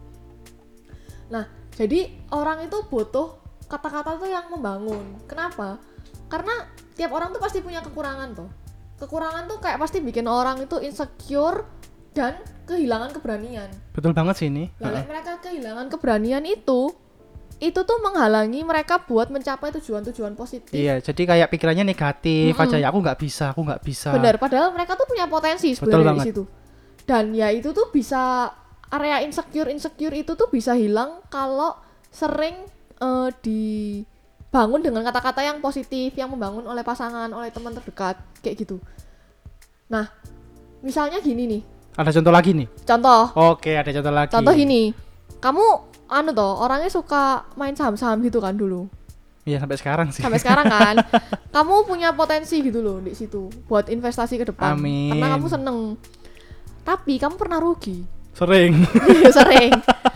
Nah, jadi orang itu butuh kata-kata tuh yang membangun. Kenapa? Karena tiap orang tuh pasti punya kekurangan tuh. Kekurangan tuh kayak pasti bikin orang itu insecure dan kehilangan keberanian. Betul banget sih ini. Lalu mereka kehilangan keberanian itu, itu tuh menghalangi mereka buat mencapai tujuan-tujuan positif. Iya, jadi kayak pikirannya negatif Mm-mm. aja ya, aku nggak bisa, aku nggak bisa. Benar, padahal mereka tuh punya potensi sebenarnya di situ. Dan ya itu tuh bisa, area insecure-insecure itu tuh bisa hilang kalau sering uh, dibangun dengan kata-kata yang positif, yang membangun oleh pasangan, oleh teman terdekat, kayak gitu. Nah, misalnya gini nih. Ada contoh lagi nih? Contoh. Oke, ada contoh lagi. Contoh gini, kamu anu toh, orangnya suka main saham-saham gitu kan dulu. Iya, sampai sekarang sih. Sampai sekarang kan. Kamu punya potensi gitu loh di situ buat investasi ke depan. Amin. Karena kamu seneng. Tapi kamu pernah rugi. Sering. Sering.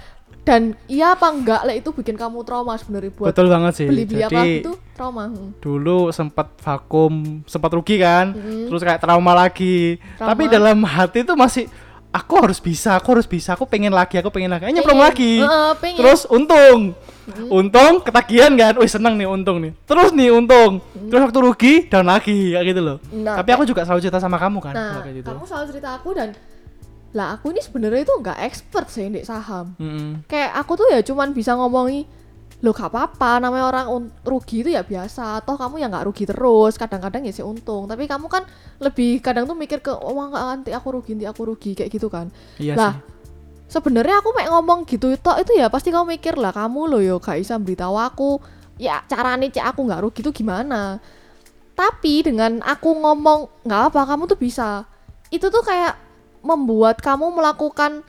Dan iya apa enggak lah itu bikin kamu trauma sebenarnya buat Betul banget sih. beli-beli Jadi, apa gitu trauma. Hmm. dulu sempat vakum, sempat rugi kan, Mm-hmm. terus kayak trauma lagi. Trauma. Tapi dalam hati tuh masih, aku harus bisa, aku harus bisa, aku pengen lagi, aku pengen lagi. Ayo nyemplung Pengen. lagi. Uh, pengen. Terus untung, mm-hmm. untung ketagihan kan, wih seneng nih untung nih. Terus nih untung, mm-hmm. terus waktu rugi down lagi, kayak gitu loh. Nah, Tapi aku juga selalu cerita sama kamu kan, nah, kayak gitu. kamu selalu cerita aku dan lah aku ini sebenarnya itu nggak expert sih di saham. Mm-hmm. Kayak aku tuh ya cuman bisa ngomongi, loh gak apa-apa, namanya orang un- rugi itu ya biasa, toh kamu ya nggak rugi terus, kadang-kadang ya sih untung, tapi kamu kan lebih kadang tuh mikir ke, oh nanti aku rugi, nanti aku rugi, kayak gitu kan. Iya lah, sih. sebenarnya aku mek ngomong gitu toh itu ya pasti kamu mikir lah, kamu loh yo gak bisa beritahu aku, ya caranya cek aku nggak rugi itu gimana. Tapi dengan aku ngomong nggak apa, kamu tuh bisa, itu tuh kayak membuat kamu melakukan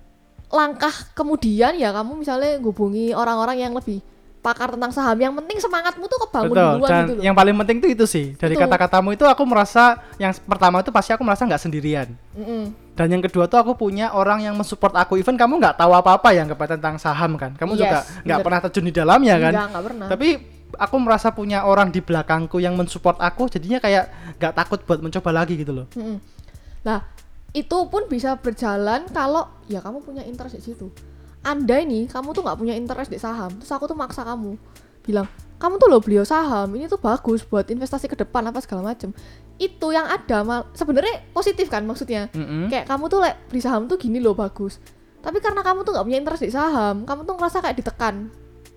langkah kemudian ya, kamu misalnya hubungi orang-orang yang lebih pakar tentang saham. Yang penting semangatmu tuh kebangun Betul, duluan dan gitu loh. yang paling penting tuh itu sih, dari Itu. kata-katamu itu aku merasa, yang pertama itu pasti aku merasa nggak sendirian. Mm-mm. Dan yang kedua tuh aku punya orang yang mensupport aku, even kamu nggak tahu apa-apa yang kepada tentang saham kan, kamu Yes, juga nggak bener. pernah terjun di dalamnya kan. Enggak, enggak pernah. Tapi aku merasa punya orang di belakangku yang mensupport aku, jadinya kayak nggak takut buat mencoba lagi gitu loh. Mm-mm. Nah, itu pun bisa berjalan kalau ya kamu punya interest di situ. Andai nih kamu tuh nggak punya interest di saham, terus aku tuh maksa kamu, bilang kamu tuh loh beli saham, ini tuh bagus buat investasi ke depan apa segala macem. Itu yang ada mal- sebenarnya positif kan maksudnya. Mm-mm. Kayak kamu tuh like, beli saham tuh gini loh bagus. Tapi karena kamu tuh nggak punya interest di saham, kamu tuh ngerasa kayak ditekan.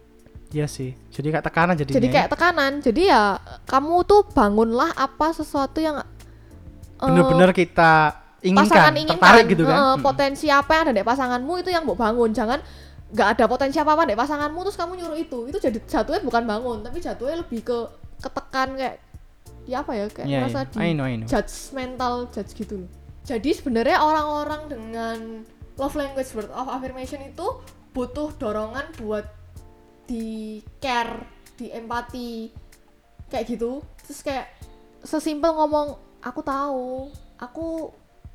Iya sih, jadi kayak tekanan jadinya. Jadi kayak tekanan. Jadi ya kamu tuh bangunlah apa sesuatu yang eh, bener-bener kita inginkan, pasangan inginkan, tertarik gitu kan. eh, Mm. potensi apa yang ada di pasanganmu itu yang mau bangun. Jangan nggak ada potensi apa-apa di pasanganmu terus kamu nyuruh itu. Itu jadi jatuhnya bukan bangun, tapi jatuhnya lebih ke ketekan kayak ya apa ya kayak Yeah, merasa yeah. di I know, I know. judgmental judge gitu loh. Jadi sebenarnya orang-orang dengan love language word of affirmation itu butuh dorongan buat di care, di empati kayak gitu. Terus kayak sesimpel ngomong aku tahu, aku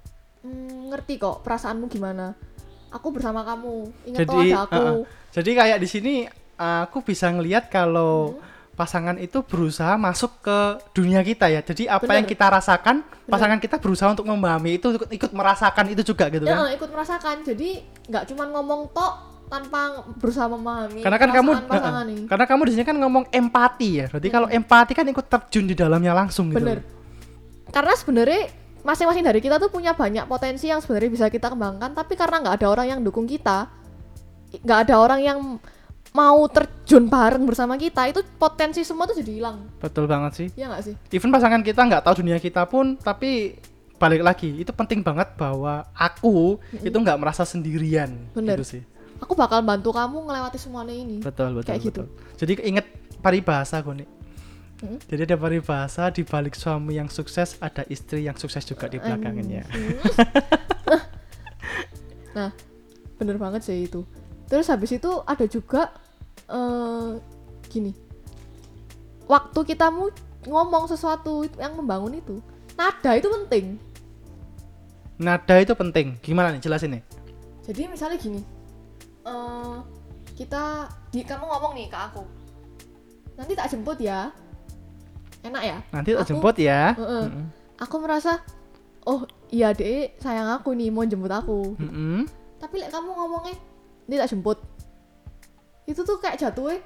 mm, ngerti kok perasaanmu gimana. Aku bersama kamu. Ingat Jadi, tuh ada aku. uh-uh. Jadi kayak di sini uh, aku bisa ngelihat kalau Hmm. pasangan itu berusaha masuk ke dunia kita ya. Jadi apa Bener. yang kita rasakan, pasangan kita berusaha untuk memahami itu, ikut, ikut merasakan itu juga gitu Ya, kan. ikut merasakan. Jadi nggak cuma ngomong tok tanpa berusaha memahami Karena kan kamu, perasaan pasangan uh-uh. nih. karena kamu di sini kan ngomong empati ya. Berarti kalau empati kan ikut terjun di dalamnya langsung gitu. Bener. Karena sebenarnya masing-masing dari kita tuh punya banyak potensi yang sebenarnya bisa kita kembangkan, tapi karena nggak ada orang yang dukung kita, nggak ada orang yang mau terjun bareng bersama kita, itu potensi semua tuh jadi hilang. Betul banget sih. Iya nggak sih? Even pasangan kita nggak tahu dunia kita pun, tapi balik lagi itu penting banget bahwa aku itu nggak merasa sendirian. Bener. Gitu sih. Aku bakal bantu kamu ngelewati semuanya ini. Betul, betul, Kayak betul. gitu. Jadi inget paribasa gue nih. Hmm? Jadi ada paribasa, di balik suami yang sukses ada istri yang sukses juga di belakangnya. Nah, bener banget sih itu. Terus habis itu ada juga uh, gini, waktu kita mau ngomong sesuatu yang membangun itu, nada itu penting. Nada itu penting. Gimana nih jelasin nih? Jadi misalnya gini, uh, kita di kamu ngomong nih ke aku, nanti tak jemput ya. enak ya. Nanti tak Aku- jemput ya. Heeh. Mm-mm. Aku merasa oh iya deh sayang aku nih mau jemput aku. Mm-mm. Tapi lek kamu ngomongnya ini tak jemput, itu tuh kayak jatuhnya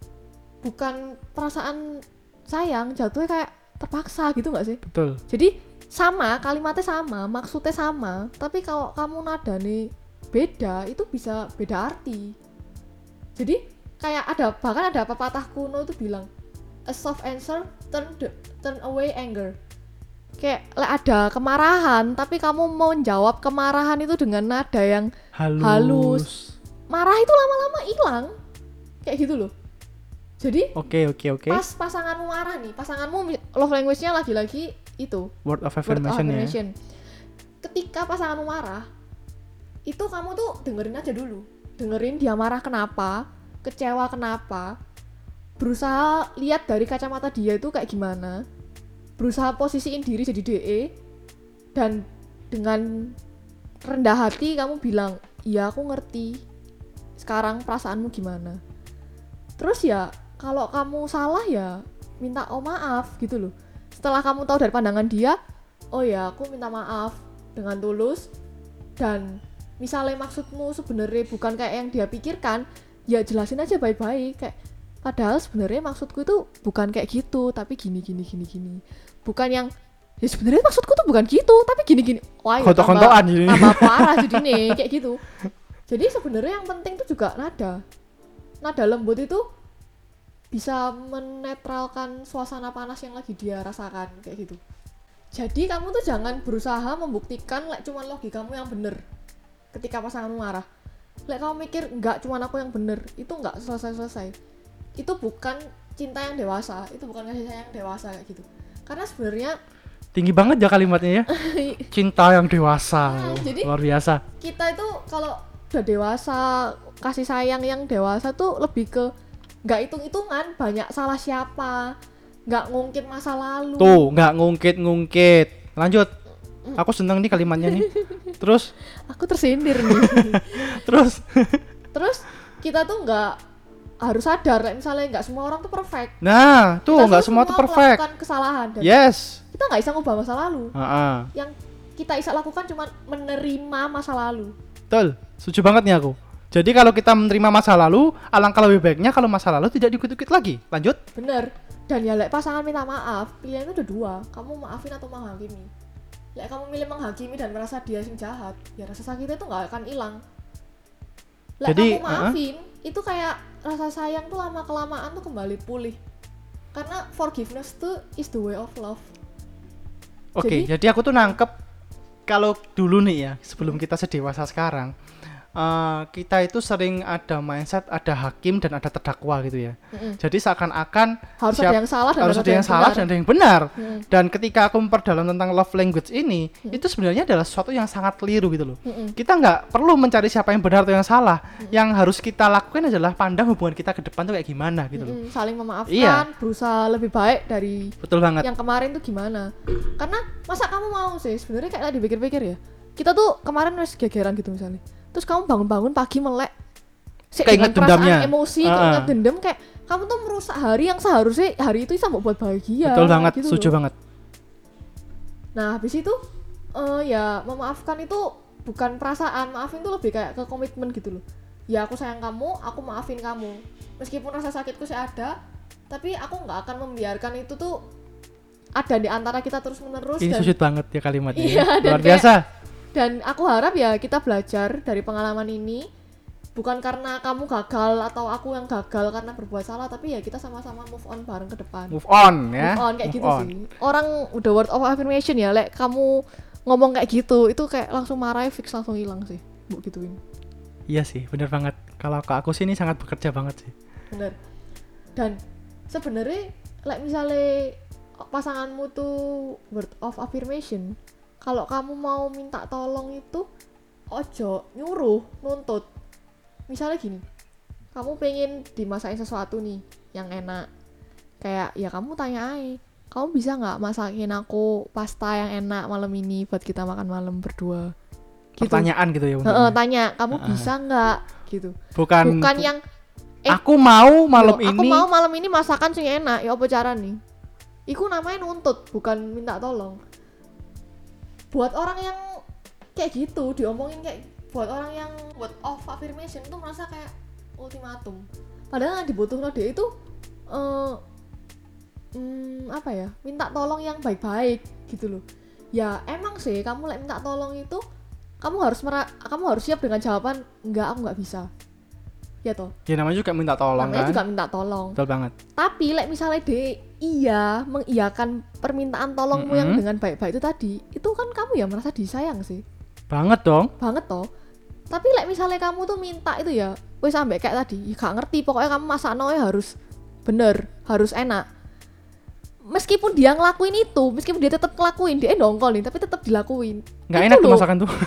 bukan perasaan sayang, jatuhnya kayak terpaksa gitu nggak sih? Betul. Jadi sama, kalimatnya sama, maksudnya sama, tapi kalau kamu nadane beda, itu bisa beda arti. Jadi kayak ada, bahkan ada pepatah kuno itu bilang a soft answer turn the, turn away anger. Kayak lek ada kemarahan, tapi kamu mau jawab kemarahan itu dengan nada yang Halus. Halus. marah itu lama-lama hilang. Kayak gitu loh. Jadi Oke, oke, oke. pas pasanganmu marah nih, pasanganmu love language-nya lagi-lagi itu Word of word of affirmation ya. affirmation. Ketika pasanganmu marah, itu kamu tuh dengerin aja dulu. Dengerin dia marah kenapa, kecewa kenapa. Berusaha lihat dari kacamata dia itu kayak gimana. Berusaha posisiin diri jadi D E. Dan dengan rendah hati kamu bilang, iya aku ngerti. Sekarang perasaanmu gimana. Terus ya, kalau kamu salah ya minta oh maaf gitu loh. Setelah kamu tahu dari pandangan dia, oh ya aku minta maaf dengan tulus. Dan misalnya maksudmu sebenarnya bukan kayak yang dia pikirkan, ya jelasin aja baik-baik. Kayak padahal sebenarnya maksudku itu bukan kayak gitu, tapi gini gini gini gini. Bukan yang ya sebenarnya maksudku tuh bukan gitu, tapi gini gini. Wah, ya Kontok-kontokan tambah, jadi. tambah parah jadi nih kayak gitu. Jadi sebenarnya yang penting tuh juga nada. Nada lembut itu bisa menetralkan suasana panas yang lagi dia rasakan kayak gitu. Jadi kamu tuh jangan berusaha membuktikan lek cuman logikamu yang bener ketika pasanganmu marah. Lek kamu mikir enggak cuman aku yang bener, itu enggak selesai-selesai. Itu bukan cinta yang dewasa, itu bukan kasih sayang dewasa kayak gitu. Karena sebenarnya Tinggi banget ya kalimatnya ya. Cinta yang dewasa. Nah, jadi- Luar biasa. kita itu kalau udah dewasa, kasih sayang yang dewasa tuh lebih ke nggak hitung-hitungan banyak salah siapa, nggak ngungkit masa lalu. Tuh, nggak ngungkit-ngungkit. Lanjut. Aku seneng nih kalimatnya nih. Terus, Aku tersindir nih. terus. Terus kita tuh nggak harus sadar like, misalnya nggak semua orang tuh perfect. Nah, tuh Kita nggak semua tuh perfect. melakukan kesalahan dan Yes. kita nggak bisa ngubah masa lalu. Heeh. Yang kita bisa lakukan cuma menerima masa lalu. Betul. Setuju banget nih aku. Jadi kalau kita menerima masa lalu, alangkah lebih baiknya kalau masa lalu tidak diukit-ukit lagi. Lanjut. Bener. Dan ya like, pasangan minta maaf, pilihannya udah dua, kamu maafin atau menghakimi. Like, kamu milih menghakimi dan merasa dia yang jahat, ya rasa sakitnya itu nggak akan hilang. Like, Jadi, kamu maafin, itu kayak rasa sayang tuh lama kelamaan tuh kembali pulih. Karena forgiveness tuh is the way of love. Oke, Jadi- jadi, aku tuh nangkep kalau dulu nih ya, sebelum kita sedewasa sekarang, eh, kita itu sering ada mindset, ada hakim dan ada terdakwa gitu ya. Mm-mm. Jadi seakan-akan Harus siap- ada yang salah dan harus ada yang salah dan ada yang benar. Mm. Dan ketika aku memperdalam tentang love language ini, Hmm. itu sebenarnya adalah sesuatu yang sangat keliru gitu loh. Mm-mm. Kita nggak perlu mencari siapa yang benar atau yang salah. Yang harus kita lakukan adalah pandang hubungan kita ke depan tuh kayak gimana gitu loh. Mm-mm. Saling memaafkan, Iya. berusaha lebih baik dari Betul banget. yang kemarin tuh gimana. Karena masa kamu mau sih, sebenarnya kayak tadi pikir-pikir ya, kita tuh kemarin wes gegeran gitu misalnya, terus kamu bangun-bangun pagi melek Sik, Keinget dengan perasaan dendamnya. emosi, Uh-uh. keinget dendam, kayak kamu tuh merusak hari yang seharusnya hari itu bisa buat bahagia. Betul banget, gitu setuju loh. banget. Nah habis itu eh, ya memaafkan itu bukan perasaan, maafin tuh lebih kayak ke komitmen gitu loh. Ya aku sayang kamu, aku maafin kamu, meskipun rasa sakitku sih ada, tapi aku nggak akan membiarkan itu tuh ada di antara kita terus menerus. Ini dan sujud banget ya kalimatnya. Iya, ya. dan Luar kayak- biasa. Dan aku harap ya kita belajar dari pengalaman ini, bukan karena kamu gagal atau aku yang gagal karena berbuat salah, tapi ya kita sama-sama move on bareng ke depan. Move on ya. Move on kayak Move gitu on. sih. Orang udah word of affirmation ya, lek kamu ngomong kayak gitu, itu kayak langsung marah fix langsung hilang sih. Bu gituin. Iya sih, bener banget. Kalau ke aku sih ini sangat bekerja banget sih. Bener. Dan sebenarnya lek misalnya pasanganmu tuh word of affirmation, kalau kamu mau minta tolong itu ojo nyuruh, nuntut. Misalnya gini, kamu pengen dimasakin sesuatu nih yang enak, kayak ya kamu tanya aja, kamu bisa nggak masakin aku pasta yang enak malam ini buat kita makan malam berdua gitu. Pertanyaan gitu ya. Heeh, bentuknya. tanya kamu Heeh. bisa nggak gitu, Bukan, bukan yang eh, aku mau malam Yo, ini. aku mau malam ini masakan sing enak, ya apa cara nih? Iku namanya nuntut, bukan minta tolong. Buat orang yang kayak gitu diomongin kayak buat orang yang word of affirmation itu merasa kayak ultimatum. Padahal yang dibutuhkan dia itu uh, hmm, apa ya? Minta tolong yang baik-baik gitu loh. Ya emang sih kamu like minta tolong itu kamu harus mera- kamu harus siap dengan jawaban enggak, aku nggak bisa. Ya toh. Ya namanya juga minta tolong namanya kan. juga minta tolong. Betul banget. Tapi like misalnya dia iya mengiyakan permintaan tolongmu Mm-hmm. yang dengan baik-baik itu tadi, itu kan kamu ya merasa disayang sih. Banget dong. Banget toh. Tapi like misalnya kamu tuh minta itu ya, wes sampai kayak tadi, ya gak ngerti pokoknya kamu masak noe harus bener, harus enak. Meskipun dia ngelakuin itu, meskipun dia tetap ngelakuin, dia dongkol nih, tapi tetap dilakuin. Nggak Itu enak tuh loh. masakan tuh.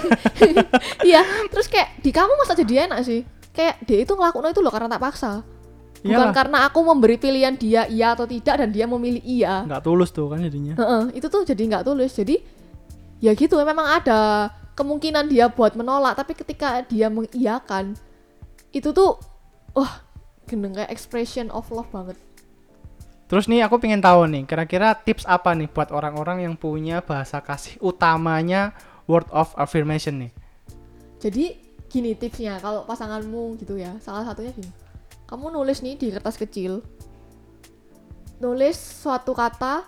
Iya, terus kayak di kamu masa jadi enak sih. Kayak dia itu ngelakuin itu loh karena tak paksa. Bukan Iyalah. karena aku memberi pilihan dia iya atau tidak dan dia memilih iya. Nggak tulus tuh kan jadinya. Heeh, itu tuh jadi nggak tulus. Jadi ya gitu, memang ada kemungkinan dia buat menolak, tapi ketika dia mengiyakan itu tuh wah, gendeng kayak expression of love banget. Terus nih aku pengen tahu nih, kira-kira tips apa nih buat orang-orang yang punya bahasa kasih utamanya word of affirmation nih? Jadi gini tipsnya kalau pasanganmu gitu ya, salah satunya gini. Kamu nulis nih di kertas kecil. Nulis suatu kata,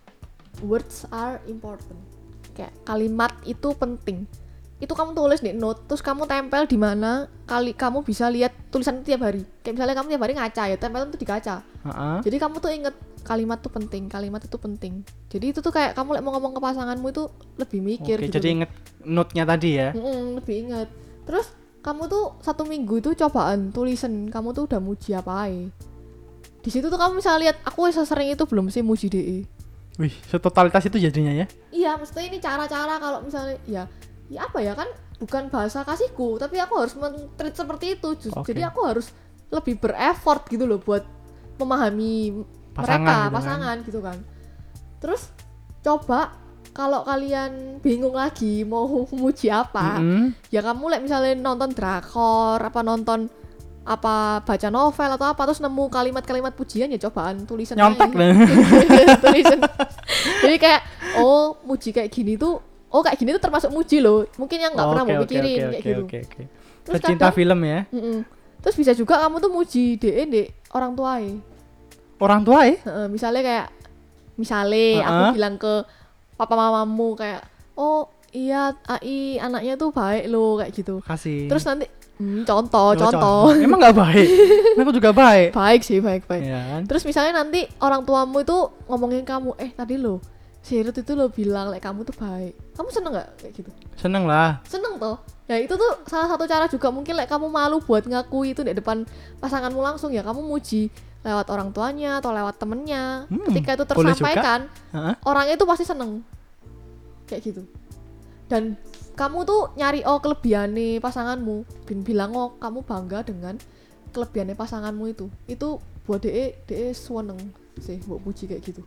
words are important. Kayak kalimat itu penting. Itu kamu tulis di note, terus kamu tempel di mana kali kamu bisa lihat tulisan itu tiap hari. Kayak misalnya kamu tiap hari ngaca ya, tempel itu di kaca. Uh-uh. Jadi kamu tuh inget kalimat tuh penting, kalimat itu penting. Jadi itu tuh kayak kamu like, mau ngomong ke pasanganmu itu lebih mikir Oke, gitu. jadi loh. inget note-nya tadi ya. Mm-mm, lebih inget. Terus kamu tuh satu minggu itu cobaan tulisan kamu tuh udah muji apa aja. Di situ tuh kamu bisa lihat aku sesering itu belum sih muji D E. Wih, setotalitas itu jadinya ya. Iya, maksudnya ini cara-cara kalau misalnya ya ya apa ya kan bukan bahasa kasihku, tapi aku harus men-treat seperti itu. Just, Oke. Jadi aku harus lebih bereffort gitu loh buat memahami Pasangan mereka, gitu kan. pasangan gitu kan. Terus coba kalau kalian bingung lagi mau muji apa, Mm-mm. ya kamu like misalnya nonton drakor apa nonton apa baca novel atau apa terus nemu kalimat-kalimat pujian ya cobaan tulisan Nyontek aja. lah. Tulisan. Jadi kayak oh muji kayak gini tuh oh kayak gini tuh termasuk muji loh, mungkin yang nggak pernah Oke, mau oke, pikirin oke, kayak oke, gitu. oke, oke. Terus Pecinta kadang- film ya. Mm-mm. Terus bisa juga kamu tuh muji D E dek orang tuae. Orang tua ya? Heeh, misalnya kayak misalnya aku Uh-uh. bilang ke papa mamamu kayak oh iya Ai anaknya tuh baik loh kayak gitu. Kasih. Terus nanti hmm, contoh Oh, contoh Emang nggak baik? Aku juga baik. baik sih baik baik. Iya kan? Terus misalnya nanti orang tuamu itu ngomongin kamu eh tadi lo si Ruth itu lo bilang like kamu tuh baik. Kamu seneng nggak kayak gitu? Seneng lah. Seneng toh. Ya itu tuh salah satu cara juga mungkin like kamu malu buat ngakui itu di depan pasanganmu langsung ya kamu muji lewat orang tuanya atau lewat temennya. Hmm, Ketika itu boleh tersampaikan Heeh. orangnya itu pasti seneng kayak gitu. Dan kamu tuh nyari oh kelebihannya pasanganmu, bin bilang oh kamu bangga dengan kelebihannya pasanganmu itu. Itu buat de de seneng sih buat puji kayak gitu.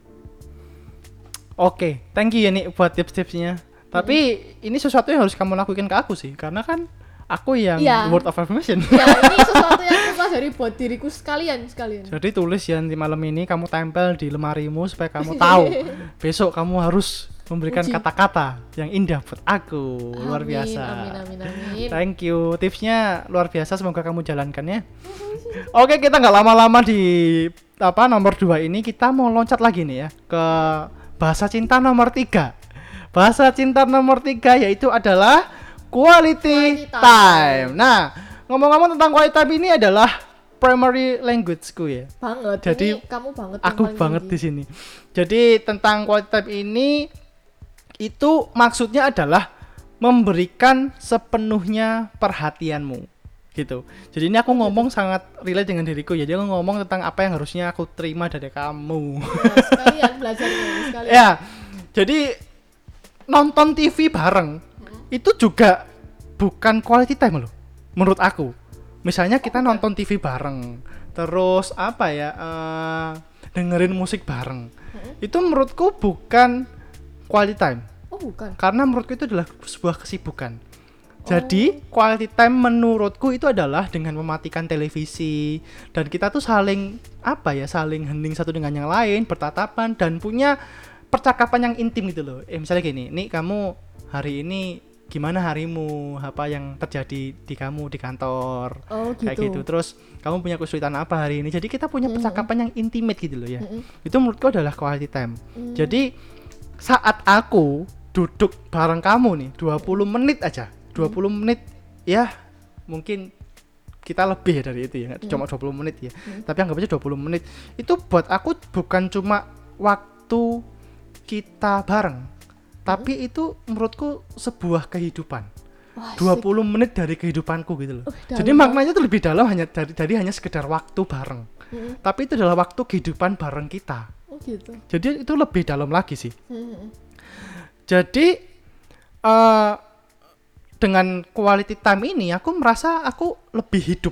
Oke, thank you ya nih buat tips-tipsnya. Tapi ini sesuatu yang harus kamu lakukan ke aku sih, karena kan aku yang Iya. word of affirmation. Ya ini sesuatu yang aku pelajari buat diriku sekalian sekalian. Jadi tulis ya nanti malam ini kamu tempel di lemarimu supaya kamu tahu besok kamu harus memberikan Puji. kata-kata yang indah buat aku. Luar Amin, biasa. Amin amin amin. Thank you, tipsnya luar biasa. Semoga kamu jalankan ya. Oke, kita nggak lama-lama di apa nomor dua ini kita mau loncat lagi nih ya ke bahasa cinta nomor tiga. Bahasa cinta nomor tiga yaitu adalah quality, Quality time. time. Nah, ngomong-ngomong tentang quality time ini adalah primary language-ku ya. Banget. Jadi, ini kamu banget. yang Aku paling banget tinggi. di sini. Jadi tentang quality time ini itu maksudnya adalah memberikan sepenuhnya perhatianmu gitu. Jadi ini aku ngomong sangat relate dengan diriku. Jadi aku ngomong tentang apa yang harusnya aku terima dari kamu. Nah, sekalian belajarnya ini sekalian. Ya. Jadi nonton T V bareng itu juga bukan quality time loh menurut aku. Misalnya kita nonton T V bareng, terus apa ya eh, dengerin musik bareng, itu menurutku bukan quality time Oh bukan. karena menurutku itu adalah sebuah kesibukan. Jadi quality time menurutku itu adalah dengan mematikan televisi dan kita tuh saling apa ya, saling hening satu dengan yang lain, bertatapan dan punya percakapan yang intim gitu loh. Eh misalnya gini, nih kamu hari ini gimana harimu, apa yang terjadi di kamu di kantor, Oh, kayak gitu. gitu. Terus kamu punya kesulitan apa hari ini? Jadi kita punya Mm-mm. percakapan yang intimate gitu loh ya. Mm-mm. Itu menurutku adalah quality time. Mm. Jadi saat aku duduk bareng kamu nih dua puluh menit aja. dua puluh menit ya mungkin kita lebih ya dari itu ya, nggak cuma dua puluh menit ya, tapi anggap aja dua puluh menit itu buat aku bukan cuma waktu kita bareng, tapi itu menurutku sebuah kehidupan. Wah, dua asik. puluh menit dari kehidupanku gitu loh. Uh, dalam Jadi banget. maknanya itu lebih dalam hanya dari, dari hanya sekedar waktu bareng, Mm-mm. tapi itu adalah waktu kehidupan bareng kita. Oh gitu. Jadi itu lebih dalam lagi sih. Mm-mm. Jadi eh dengan quality time ini aku merasa aku lebih hidup.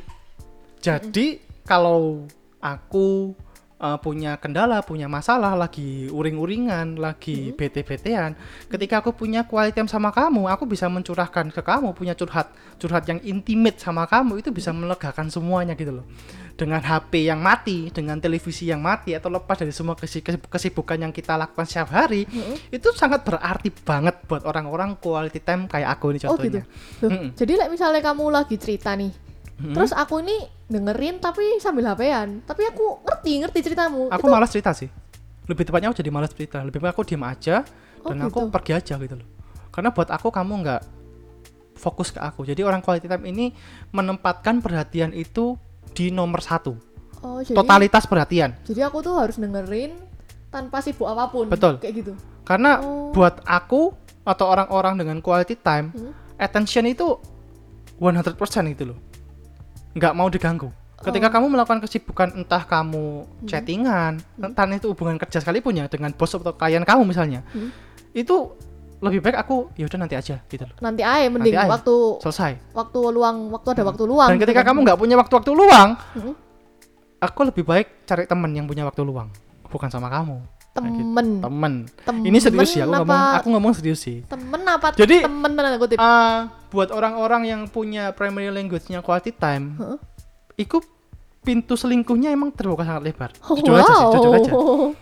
Jadi kalau aku uh, punya kendala, punya masalah, lagi uring-uringan, lagi bete-betean, ketika aku punya quality time sama kamu, aku bisa mencurahkan ke kamu, punya curhat, curhat yang intimate sama kamu, itu bisa melegakan semuanya gitu loh. Dengan H P yang mati, dengan televisi yang mati, atau lepas dari semua kesibukan yang kita lakukan setiap hari, Mm-mm. itu sangat berarti banget buat orang-orang quality time kayak aku ini Oh gitu. contohnya. Loh, Mm-mm. jadi like, misalnya kamu lagi cerita nih, Mm-mm. terus aku ini dengerin tapi sambil H P-an, tapi aku ngerti ngerti ceritamu. Aku Itu malas cerita sih. Lebih tepatnya aku jadi malas cerita. Lebih baik aku diam aja Oh, dan aku gitu. pergi aja gitu loh. Karena buat aku kamu nggak fokus ke aku. Jadi orang quality time ini menempatkan perhatian itu di nomor satu. Oh, jadi Totalitas perhatian. jadi aku tuh harus dengerin tanpa sibuk apapun. Betul. Kayak gitu. Karena Oh. buat aku atau orang-orang dengan quality time, Hmm. attention itu seratus persen gitu loh. Nggak mau diganggu. Ketika Oh. kamu melakukan kesibukan, entah kamu chattingan, entah itu hubungan kerja sekalipun ya dengan bos atau klien kamu misalnya, Hmm. itu lebih baik aku ya udah nanti aja gitu loh. Nanti aja mending Nanti aja. waktu Selesai. waktu luang, waktu ada waktu luang. Dan gitu ketika kan. kamu nggak punya waktu-waktu luang, Hmm. aku lebih baik cari teman yang punya waktu luang, bukan sama kamu. Kayak gitu. temen Temen. temen Ini serius sih, aku apa- ngomong, aku ngomong serius sih. temen apa Jadi- temen tanda kutip. Uh, buat orang-orang yang punya primary language-nya quality time, Heeh. itu pintu selingkuhnya emang terbuka sangat lebar. Oh, Jujur aja sih, wow. jujur aja.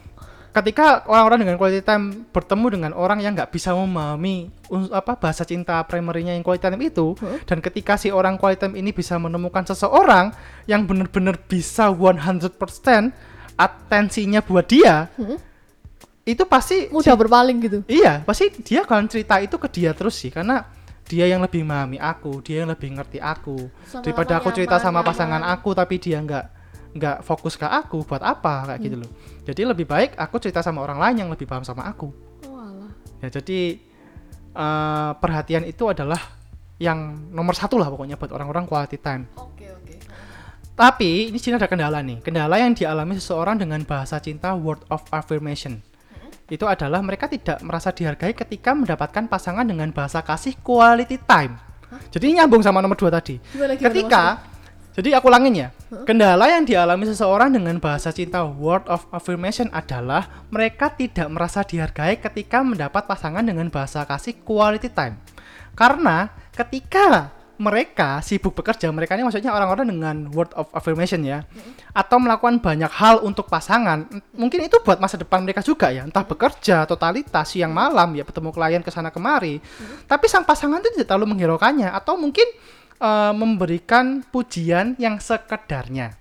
Ketika orang-orang dengan quality time bertemu dengan orang yang nggak bisa memahami uns- apa bahasa cinta primernya yang quality time itu, Huh? dan ketika si orang quality time ini bisa menemukan seseorang yang benar-benar bisa seratus persen atensinya buat dia, Hmm. itu pasti Mudah si- berpaling gitu. iya, pasti dia akan cerita itu ke dia terus sih, karena dia yang lebih memahami aku, dia yang lebih ngerti aku. Sama Daripada aku nyaman, cerita sama nyaman. pasangan aku tapi dia nggak nggak fokus ke aku, buat apa kayak gitu loh. Jadi lebih baik aku cerita sama orang lain yang lebih paham sama aku. Oh alah. Ya jadi eh, perhatian itu adalah yang nomor satu lah pokoknya buat orang-orang quality time. Oke oke. Tapi ini sini ada kendala nih. Kendala yang dialami seseorang dengan bahasa cinta word of affirmation. Itu adalah mereka tidak merasa dihargai ketika mendapatkan pasangan dengan bahasa kasih quality time. Jadi nyambung sama nomor dua tadi. Gimana, gimana Ketika jadi aku ulangin ya. Kendala yang dialami seseorang dengan bahasa cinta word of affirmation adalah mereka tidak merasa dihargai ketika mendapat pasangan dengan bahasa kasih quality time. Karena ketika mereka sibuk bekerja, mereka ini maksudnya orang-orang dengan word of affirmation ya, atau melakukan banyak hal untuk pasangan, m- mungkin itu buat masa depan mereka juga ya, entah bekerja, totalitas, siang malam ya, bertemu klien kesana kemari, tapi sang pasangan itu tidak terlalu menghiraukannya, atau mungkin eh, memberikan pujian yang sekedarnya.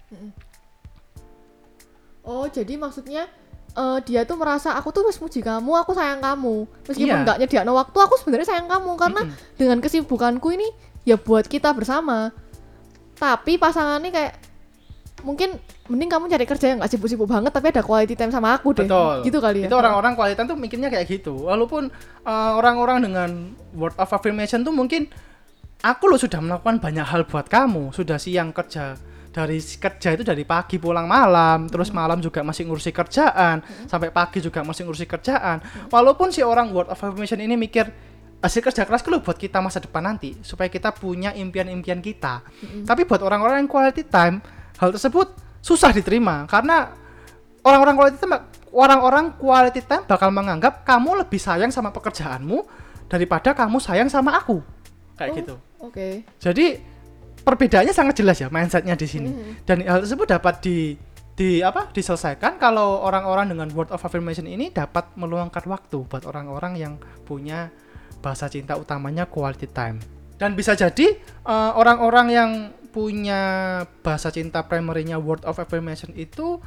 Oh jadi maksudnya eh, dia tuh merasa aku tuh wis muji kamu, aku sayang kamu. Iya. Meskipun nggak nyediain waktu, aku sebenarnya sayang kamu karena Mm-mm. dengan kesibukanku ini ya buat kita bersama. Tapi pasangannya kayak mungkin mending kamu cari kerja yang nggak sibuk-sibuk banget tapi ada quality time sama aku deh. Betul. Gitu kali ya. Itu orang-orang quality time tuh mikirnya kayak gitu. Walaupun uh, orang-orang dengan word of affirmation tuh mungkin aku loh sudah melakukan banyak hal buat kamu, sudah siang kerja dari kerja itu dari pagi pulang malam, terus malam juga masih ngurusi kerjaan, sampai pagi juga masih ngurusi kerjaan. Walaupun si orang word of affirmation ini mikir hasil kerja keras loh buat kita masa depan nanti, supaya kita punya impian-impian kita. Tapi buat orang-orang yang quality time, hal tersebut susah diterima karena orang-orang quality time orang-orang quality time bakal menganggap kamu lebih sayang sama pekerjaanmu daripada kamu sayang sama aku. Kayak Oh, gitu. Oke. Jadi perbedaannya sangat jelas ya mindsetnya di sini. Mhm. Dan hal tersebut dapat di di apa diselesaikan kalau orang-orang dengan word of affirmation ini dapat meluangkan waktu buat orang-orang yang punya bahasa cinta utamanya quality time. Dan bisa jadi uh, orang-orang yang punya bahasa cinta primary-nya word of affirmation itu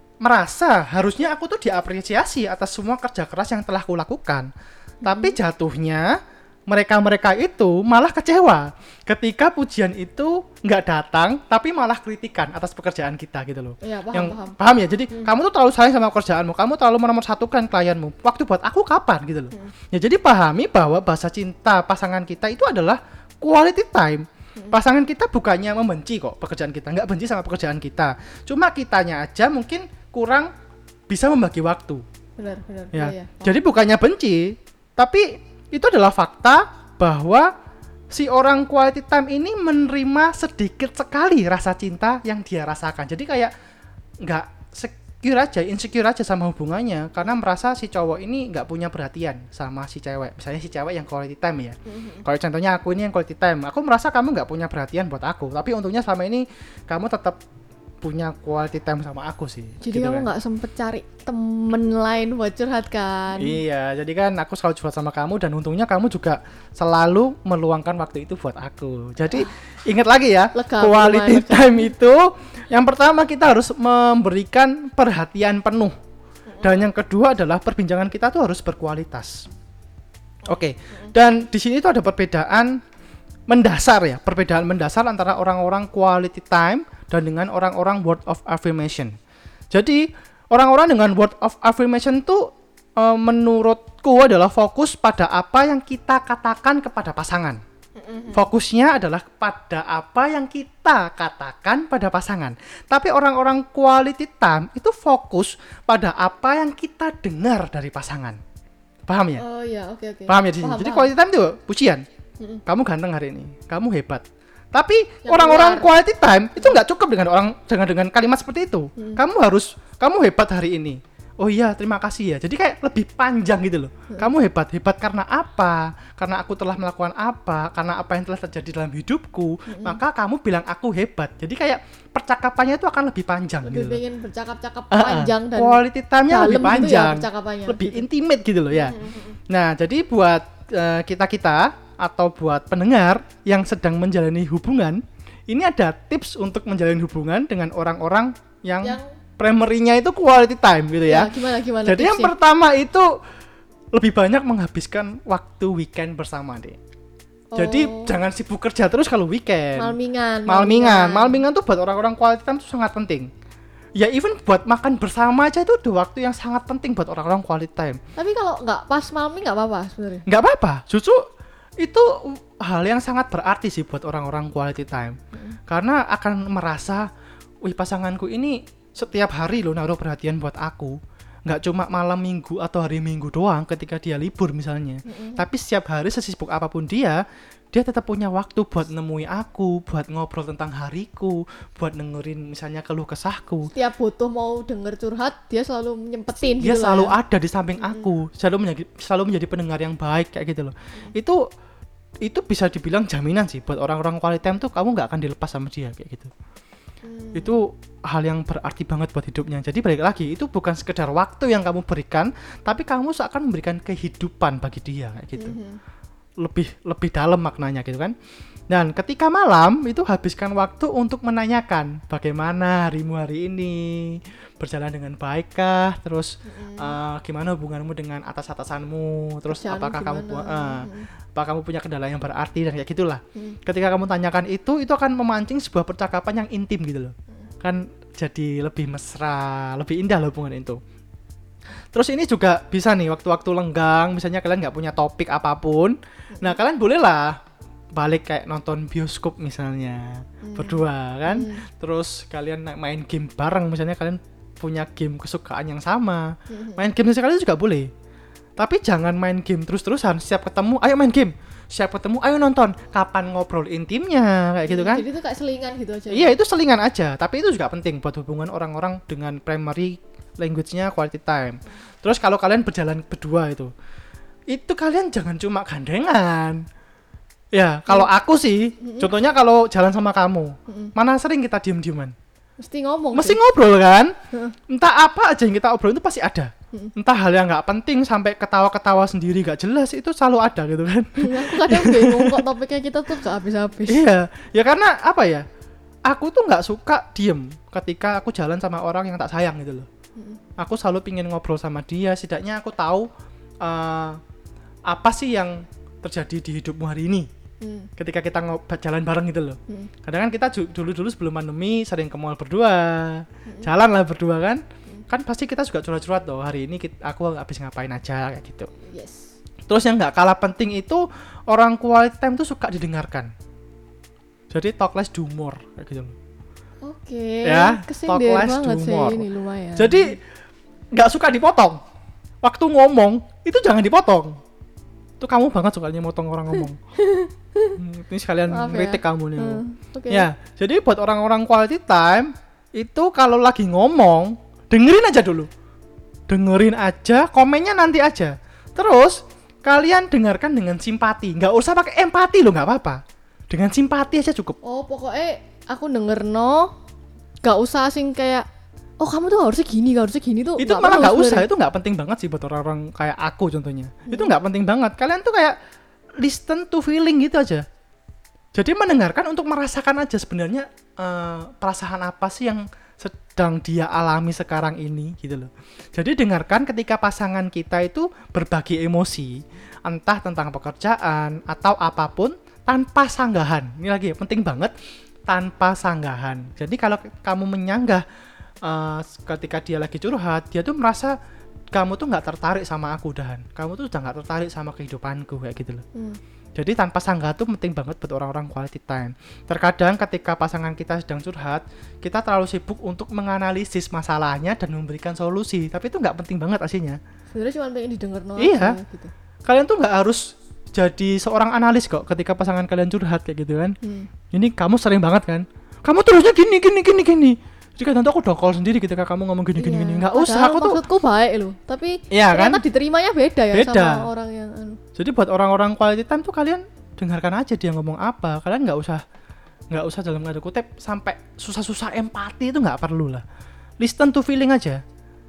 merasa harusnya aku tuh diapresiasi atas semua kerja keras yang telah kulakukan. Hmm. Tapi jatuhnya mereka-mereka itu malah kecewa ketika pujian itu nggak datang, tapi malah kritikan atas pekerjaan kita gitu loh. Iya, paham, yang paham. paham ya. Jadi Hmm. kamu tuh terlalu sayang sama pekerjaanmu, kamu terlalu menomorsatukan klienmu. Waktu buat aku kapan gitu loh. Hmm. Ya jadi pahami bahwa bahasa cinta pasangan kita itu adalah quality time. Hmm. Pasangan kita bukannya membenci kok pekerjaan kita, nggak benci sama pekerjaan kita. Cuma kitanya aja mungkin kurang bisa membagi waktu. Benar, benar. Ya. Iya, iya. Jadi bukannya benci, tapi itu adalah fakta bahwa si orang quality time ini menerima sedikit sekali rasa cinta yang dia rasakan. Jadi kayak nggak secure aja, insecure aja sama hubungannya karena merasa si cowok ini nggak punya perhatian sama si cewek. Misalnya si cewek yang quality time ya. Mm-hmm. Kalau contohnya aku ini yang quality time, aku merasa kamu nggak punya perhatian buat aku. Tapi untungnya selama ini kamu tetap punya quality time sama aku sih. Jadi gitu kamu nggak kan. sempet cari temen lain buat curhat kan? Iya, jadi kan aku selalu curhat sama kamu dan untungnya kamu juga selalu meluangkan waktu itu buat aku. Jadi ingat lagi ya, Lega, quality lega. time itu yang pertama kita harus memberikan perhatian penuh. Dan yang kedua adalah perbincangan kita tuh harus berkualitas. Oke. Dan di sini tuh ada perbedaan mendasar ya, perbedaan mendasar antara orang-orang quality time dan dengan orang-orang word of affirmation. Jadi orang-orang dengan word of affirmation tuh e, menurutku adalah fokus pada apa yang kita katakan kepada pasangan. Fokusnya adalah pada apa yang kita katakan pada pasangan. Tapi orang-orang quality time itu fokus pada apa yang kita dengar dari pasangan. Paham ya? Oh iya, oke oke. Paham ya di sini. Paham, Jadi paham. quality time itu pujian. Mm-mm. Kamu ganteng hari ini, kamu hebat. Tapi Yang orang-orang luar. quality time itu nggak cukup dengan orang dengan dengan kalimat seperti itu. Hmm. Kamu harus, kamu hebat hari ini. Oh iya, terima kasih ya. Jadi kayak lebih panjang gitu loh. Hmm. Kamu hebat, hebat karena apa? Karena aku telah melakukan apa? Karena apa yang telah terjadi dalam hidupku. Hmm. Maka kamu bilang aku hebat. Jadi kayak percakapannya itu akan lebih panjang Lebih gitu loh. pengen bercakap-cakap Ah, ah. panjang dan quality time-nya dalam lebih gitu ya panjang, percakapannya. lebih intimate gitu loh ya. Mm-mm. Nah, jadi buat uh, kita-kita atau buat pendengar yang sedang menjalani hubungan, ini ada tips untuk menjalani hubungan dengan orang-orang yang, Yang primary-nya itu quality time gitu ya, ya. gimana gimana Jadi yang tipsnya? pertama itu lebih banyak menghabiskan waktu weekend bersama deh. Jadi Oh, jangan sibuk kerja terus kalau weekend. malmingan. Malmingan, malmingan tuh buat orang-orang quality time tuh sangat penting. Ya even buat makan bersama aja itu udah waktu yang sangat penting buat orang-orang quality time. Tapi kalau nggak pas malmi nggak apa-apa sebenarnya. Nggak apa-apa, justru itu hal yang sangat berarti sih buat orang-orang quality time. Hmm. Karena akan merasa, wih pasanganku ini setiap hari loh naruh perhatian buat aku. Nggak cuma malam minggu atau hari minggu doang ketika dia libur misalnya. Mm-mm. Tapi setiap hari sesibuk apapun dia, dia tetap punya waktu buat nemui aku, buat ngobrol tentang hariku, buat dengerin misalnya keluh kesahku. Tiap butuh mau denger curhat dia selalu nyempetin Dia gitu selalu lah ya. ada di samping aku, selalu menjadi selalu menjadi pendengar yang baik kayak gitu loh. Itu itu bisa dibilang jaminan sih buat orang-orang quality time tuh kamu nggak akan dilepas sama dia kayak gitu. Hmm. Itu hal yang berarti banget buat hidupnya. Jadi balik lagi, itu bukan sekedar waktu yang kamu berikan, tapi kamu seakan memberikan kehidupan bagi dia kayak gitu. Mhm. Lebih lebih dalam maknanya gitu kan. Dan ketika malam itu habiskan waktu untuk menanyakan bagaimana harimu hari ini, berjalan dengan baikkah, terus Mhm. uh, gimana hubunganmu dengan atas-atasanmu, terus Kerjaan apakah kamu gimana? uh, Mhm. apa kamu punya kendala yang berarti dan kayak gitulah. Hmm. Ketika kamu tanyakan itu, itu akan memancing sebuah percakapan yang intim gitu loh. Kan jadi lebih mesra, lebih indah loh hubungan itu. Terus ini juga bisa nih waktu-waktu lenggang, misalnya kalian nggak punya topik apapun, nah kalian bolehlah balik kayak nonton bioskop misalnya Hmm. berdua kan. Hmm. Terus kalian na- main game bareng, misalnya kalian punya game kesukaan yang sama, Mhm. main game sekali juga boleh. Tapi jangan main game terus-terusan. Setiap ketemu, ayo main game. Setiap ketemu, ayo nonton. Kapan ngobrol intimnya kayak gitu kan? Jadi itu kayak selingan gitu aja. Iya, itu selingan aja. Tapi itu juga penting buat hubungan orang-orang dengan primary language-nya quality time. Terus kalau kalian berjalan berdua itu, itu kalian jangan cuma gandengan. Ya, kalau aku sih, Mm-mm. contohnya kalau jalan sama kamu, Mm-mm. mana sering kita diem-dieman? Mesti ngomong Mesti sih. ngobrol kan? Heeh. Entah apa aja yang kita obrolin itu pasti ada. Mm-mm. Entah hal yang nggak penting sampai ketawa-ketawa sendiri nggak jelas itu selalu ada gitu kan? Aku kadang bingung kok topiknya kita tuh gak habis-habis. Iya, ya karena apa ya? Aku tuh nggak suka diem ketika aku jalan sama orang yang tak sayang gitu loh. Mm-mm. Aku selalu pingin ngobrol sama dia, setidaknya aku tahu eh, apa sih yang terjadi di hidupmu hari ini. Mm. Ketika kita ngob- jalan bareng gitu loh. Mm. Kadang kan kita ju- dulu-dulu sebelum pandemi sering ke mall berdua, jalan lah berdua kan. Kan pasti kita juga curhat-curhat loh, hari ini kita, aku habis ngapain aja kayak gitu. Yes. Terus yang nggak kalah penting itu orang quality time tuh suka didengarkan. Jadi talk less do more kayak gitu loh. Oke. Ya, Kesindir talk less, banget do sih more. ini lumayan. Jadi nggak suka dipotong. Waktu ngomong itu jangan dipotong. Itu kamu banget sukanya motong orang ngomong. Hmm, ini sekalian Maaf ya. kritik kamu nih. Hmm, oke. Ya, jadi buat orang-orang quality time itu kalau lagi ngomong dengerin aja dulu, dengerin aja, komennya nanti aja. Terus kalian dengarkan dengan simpati, nggak usah pakai empati loh, nggak apa-apa. Dengan simpati aja cukup. Oh, pokoknya aku denger no, gak usah sing kayak, oh kamu tuh harusnya gini, gak harusnya gini tuh. Itu nggak malah perlu nggak usah, sebenarnya. itu nggak penting banget sih buat orang-orang kayak aku contohnya. Itu nggak penting banget. Kalian tuh kayak listen to feeling gitu aja. Jadi mendengarkan untuk merasakan aja sebenarnya eh, perasaan apa sih yang sedang dia alami sekarang ini gitu loh. Jadi dengarkan ketika pasangan kita itu berbagi emosi, entah tentang pekerjaan atau apapun tanpa sanggahan. Ini lagi penting banget, tanpa sanggahan. Jadi kalau kamu menyanggah uh, ketika dia lagi curhat, dia tuh merasa kamu tuh nggak tertarik sama aku udahan. Kamu tuh udah nggak tertarik sama kehidupanku kayak gitu loh. Hmm. Jadi tanpa sanggah tuh penting banget buat orang-orang quality time. Terkadang ketika pasangan kita sedang curhat, kita terlalu sibuk untuk menganalisis masalahnya dan memberikan solusi. Tapi itu nggak penting banget aslinya. Sebenarnya cuma pengen didengar no Iya. aja gitu. Kalian tuh nggak harus jadi seorang analis kok ketika pasangan kalian curhat kayak gitu kan. Hmm. Ini kamu sering banget kan. Kamu terusnya gini gini gini gini. Jadi kadang tuh aku dokol sendiri ketika kamu ngomong gini gini Iya. gini. Nggak Padahal usah, aku tuh. maksudku baik loh, tapi Iya kan? ternyata diterimanya beda ya Beda. sama orang yang anu. Jadi buat orang-orang quality time tuh kalian dengarkan aja dia ngomong apa. Kalian nggak usah nggak usah dalam tanda kutip sampai susah-susah empati, itu nggak perlu lah. Listen to feeling aja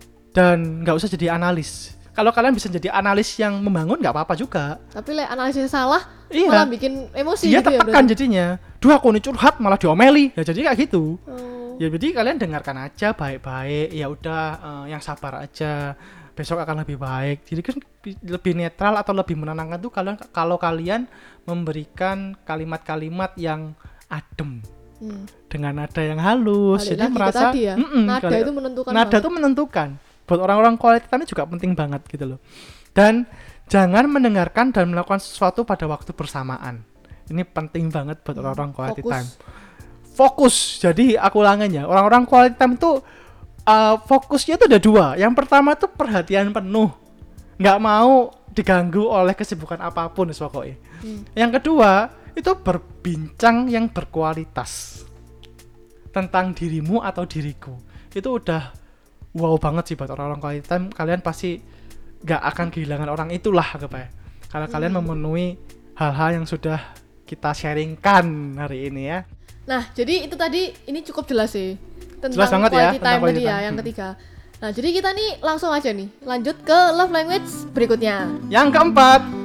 dan nggak usah jadi analis. Kalau kalian bisa jadi analis yang membangun nggak apa-apa juga. Tapi lek analisisnya salah, Iya. malah bikin emosi Dia gitu ya. tertekan berarti. jadinya. Duh aku nih curhat malah diomeli. Ya jadi kayak gitu. Oh. Ya jadi kalian dengarkan aja baik-baik. Ya udah eh, yang sabar aja. Besok akan lebih baik. Jadi kan bi- lebih netral atau lebih menenangkan tuh kalian kalau kalian memberikan kalimat-kalimat yang adem Hmm. dengan nada yang halus. Balik Jadi lagi ke merasa tadi ya, Mm-mm, nada kali- itu menentukan nada banget. tuh menentukan. Buat orang-orang quality time juga penting banget gitu loh. Dan jangan mendengarkan dan melakukan sesuatu pada waktu bersamaan. Ini penting banget buat orang-orang quality Fokus. time. Fokus. Jadi aku ulangin ya, orang-orang quality time tuh uh, fokusnya tuh ada dua. Yang pertama tuh perhatian penuh, nggak mau diganggu oleh kesibukan apapun pokoknya. Hmm. Yang kedua itu berbincang yang berkualitas tentang dirimu atau diriku. Itu udah wow banget sih buat orang-orang quality time. Kalian pasti nggak akan kehilangan orang itulah apa ya. Kalau kalian memenuhi hal-hal yang sudah kita sharingkan hari ini ya. Nah, jadi itu tadi ini cukup jelas sih tentang Jelas banget ya, quality tentang time quality tadi ya, time. yang Hmm. ketiga. Nah, jadi kita nih langsung aja nih lanjut ke love language berikutnya. Yang keempat,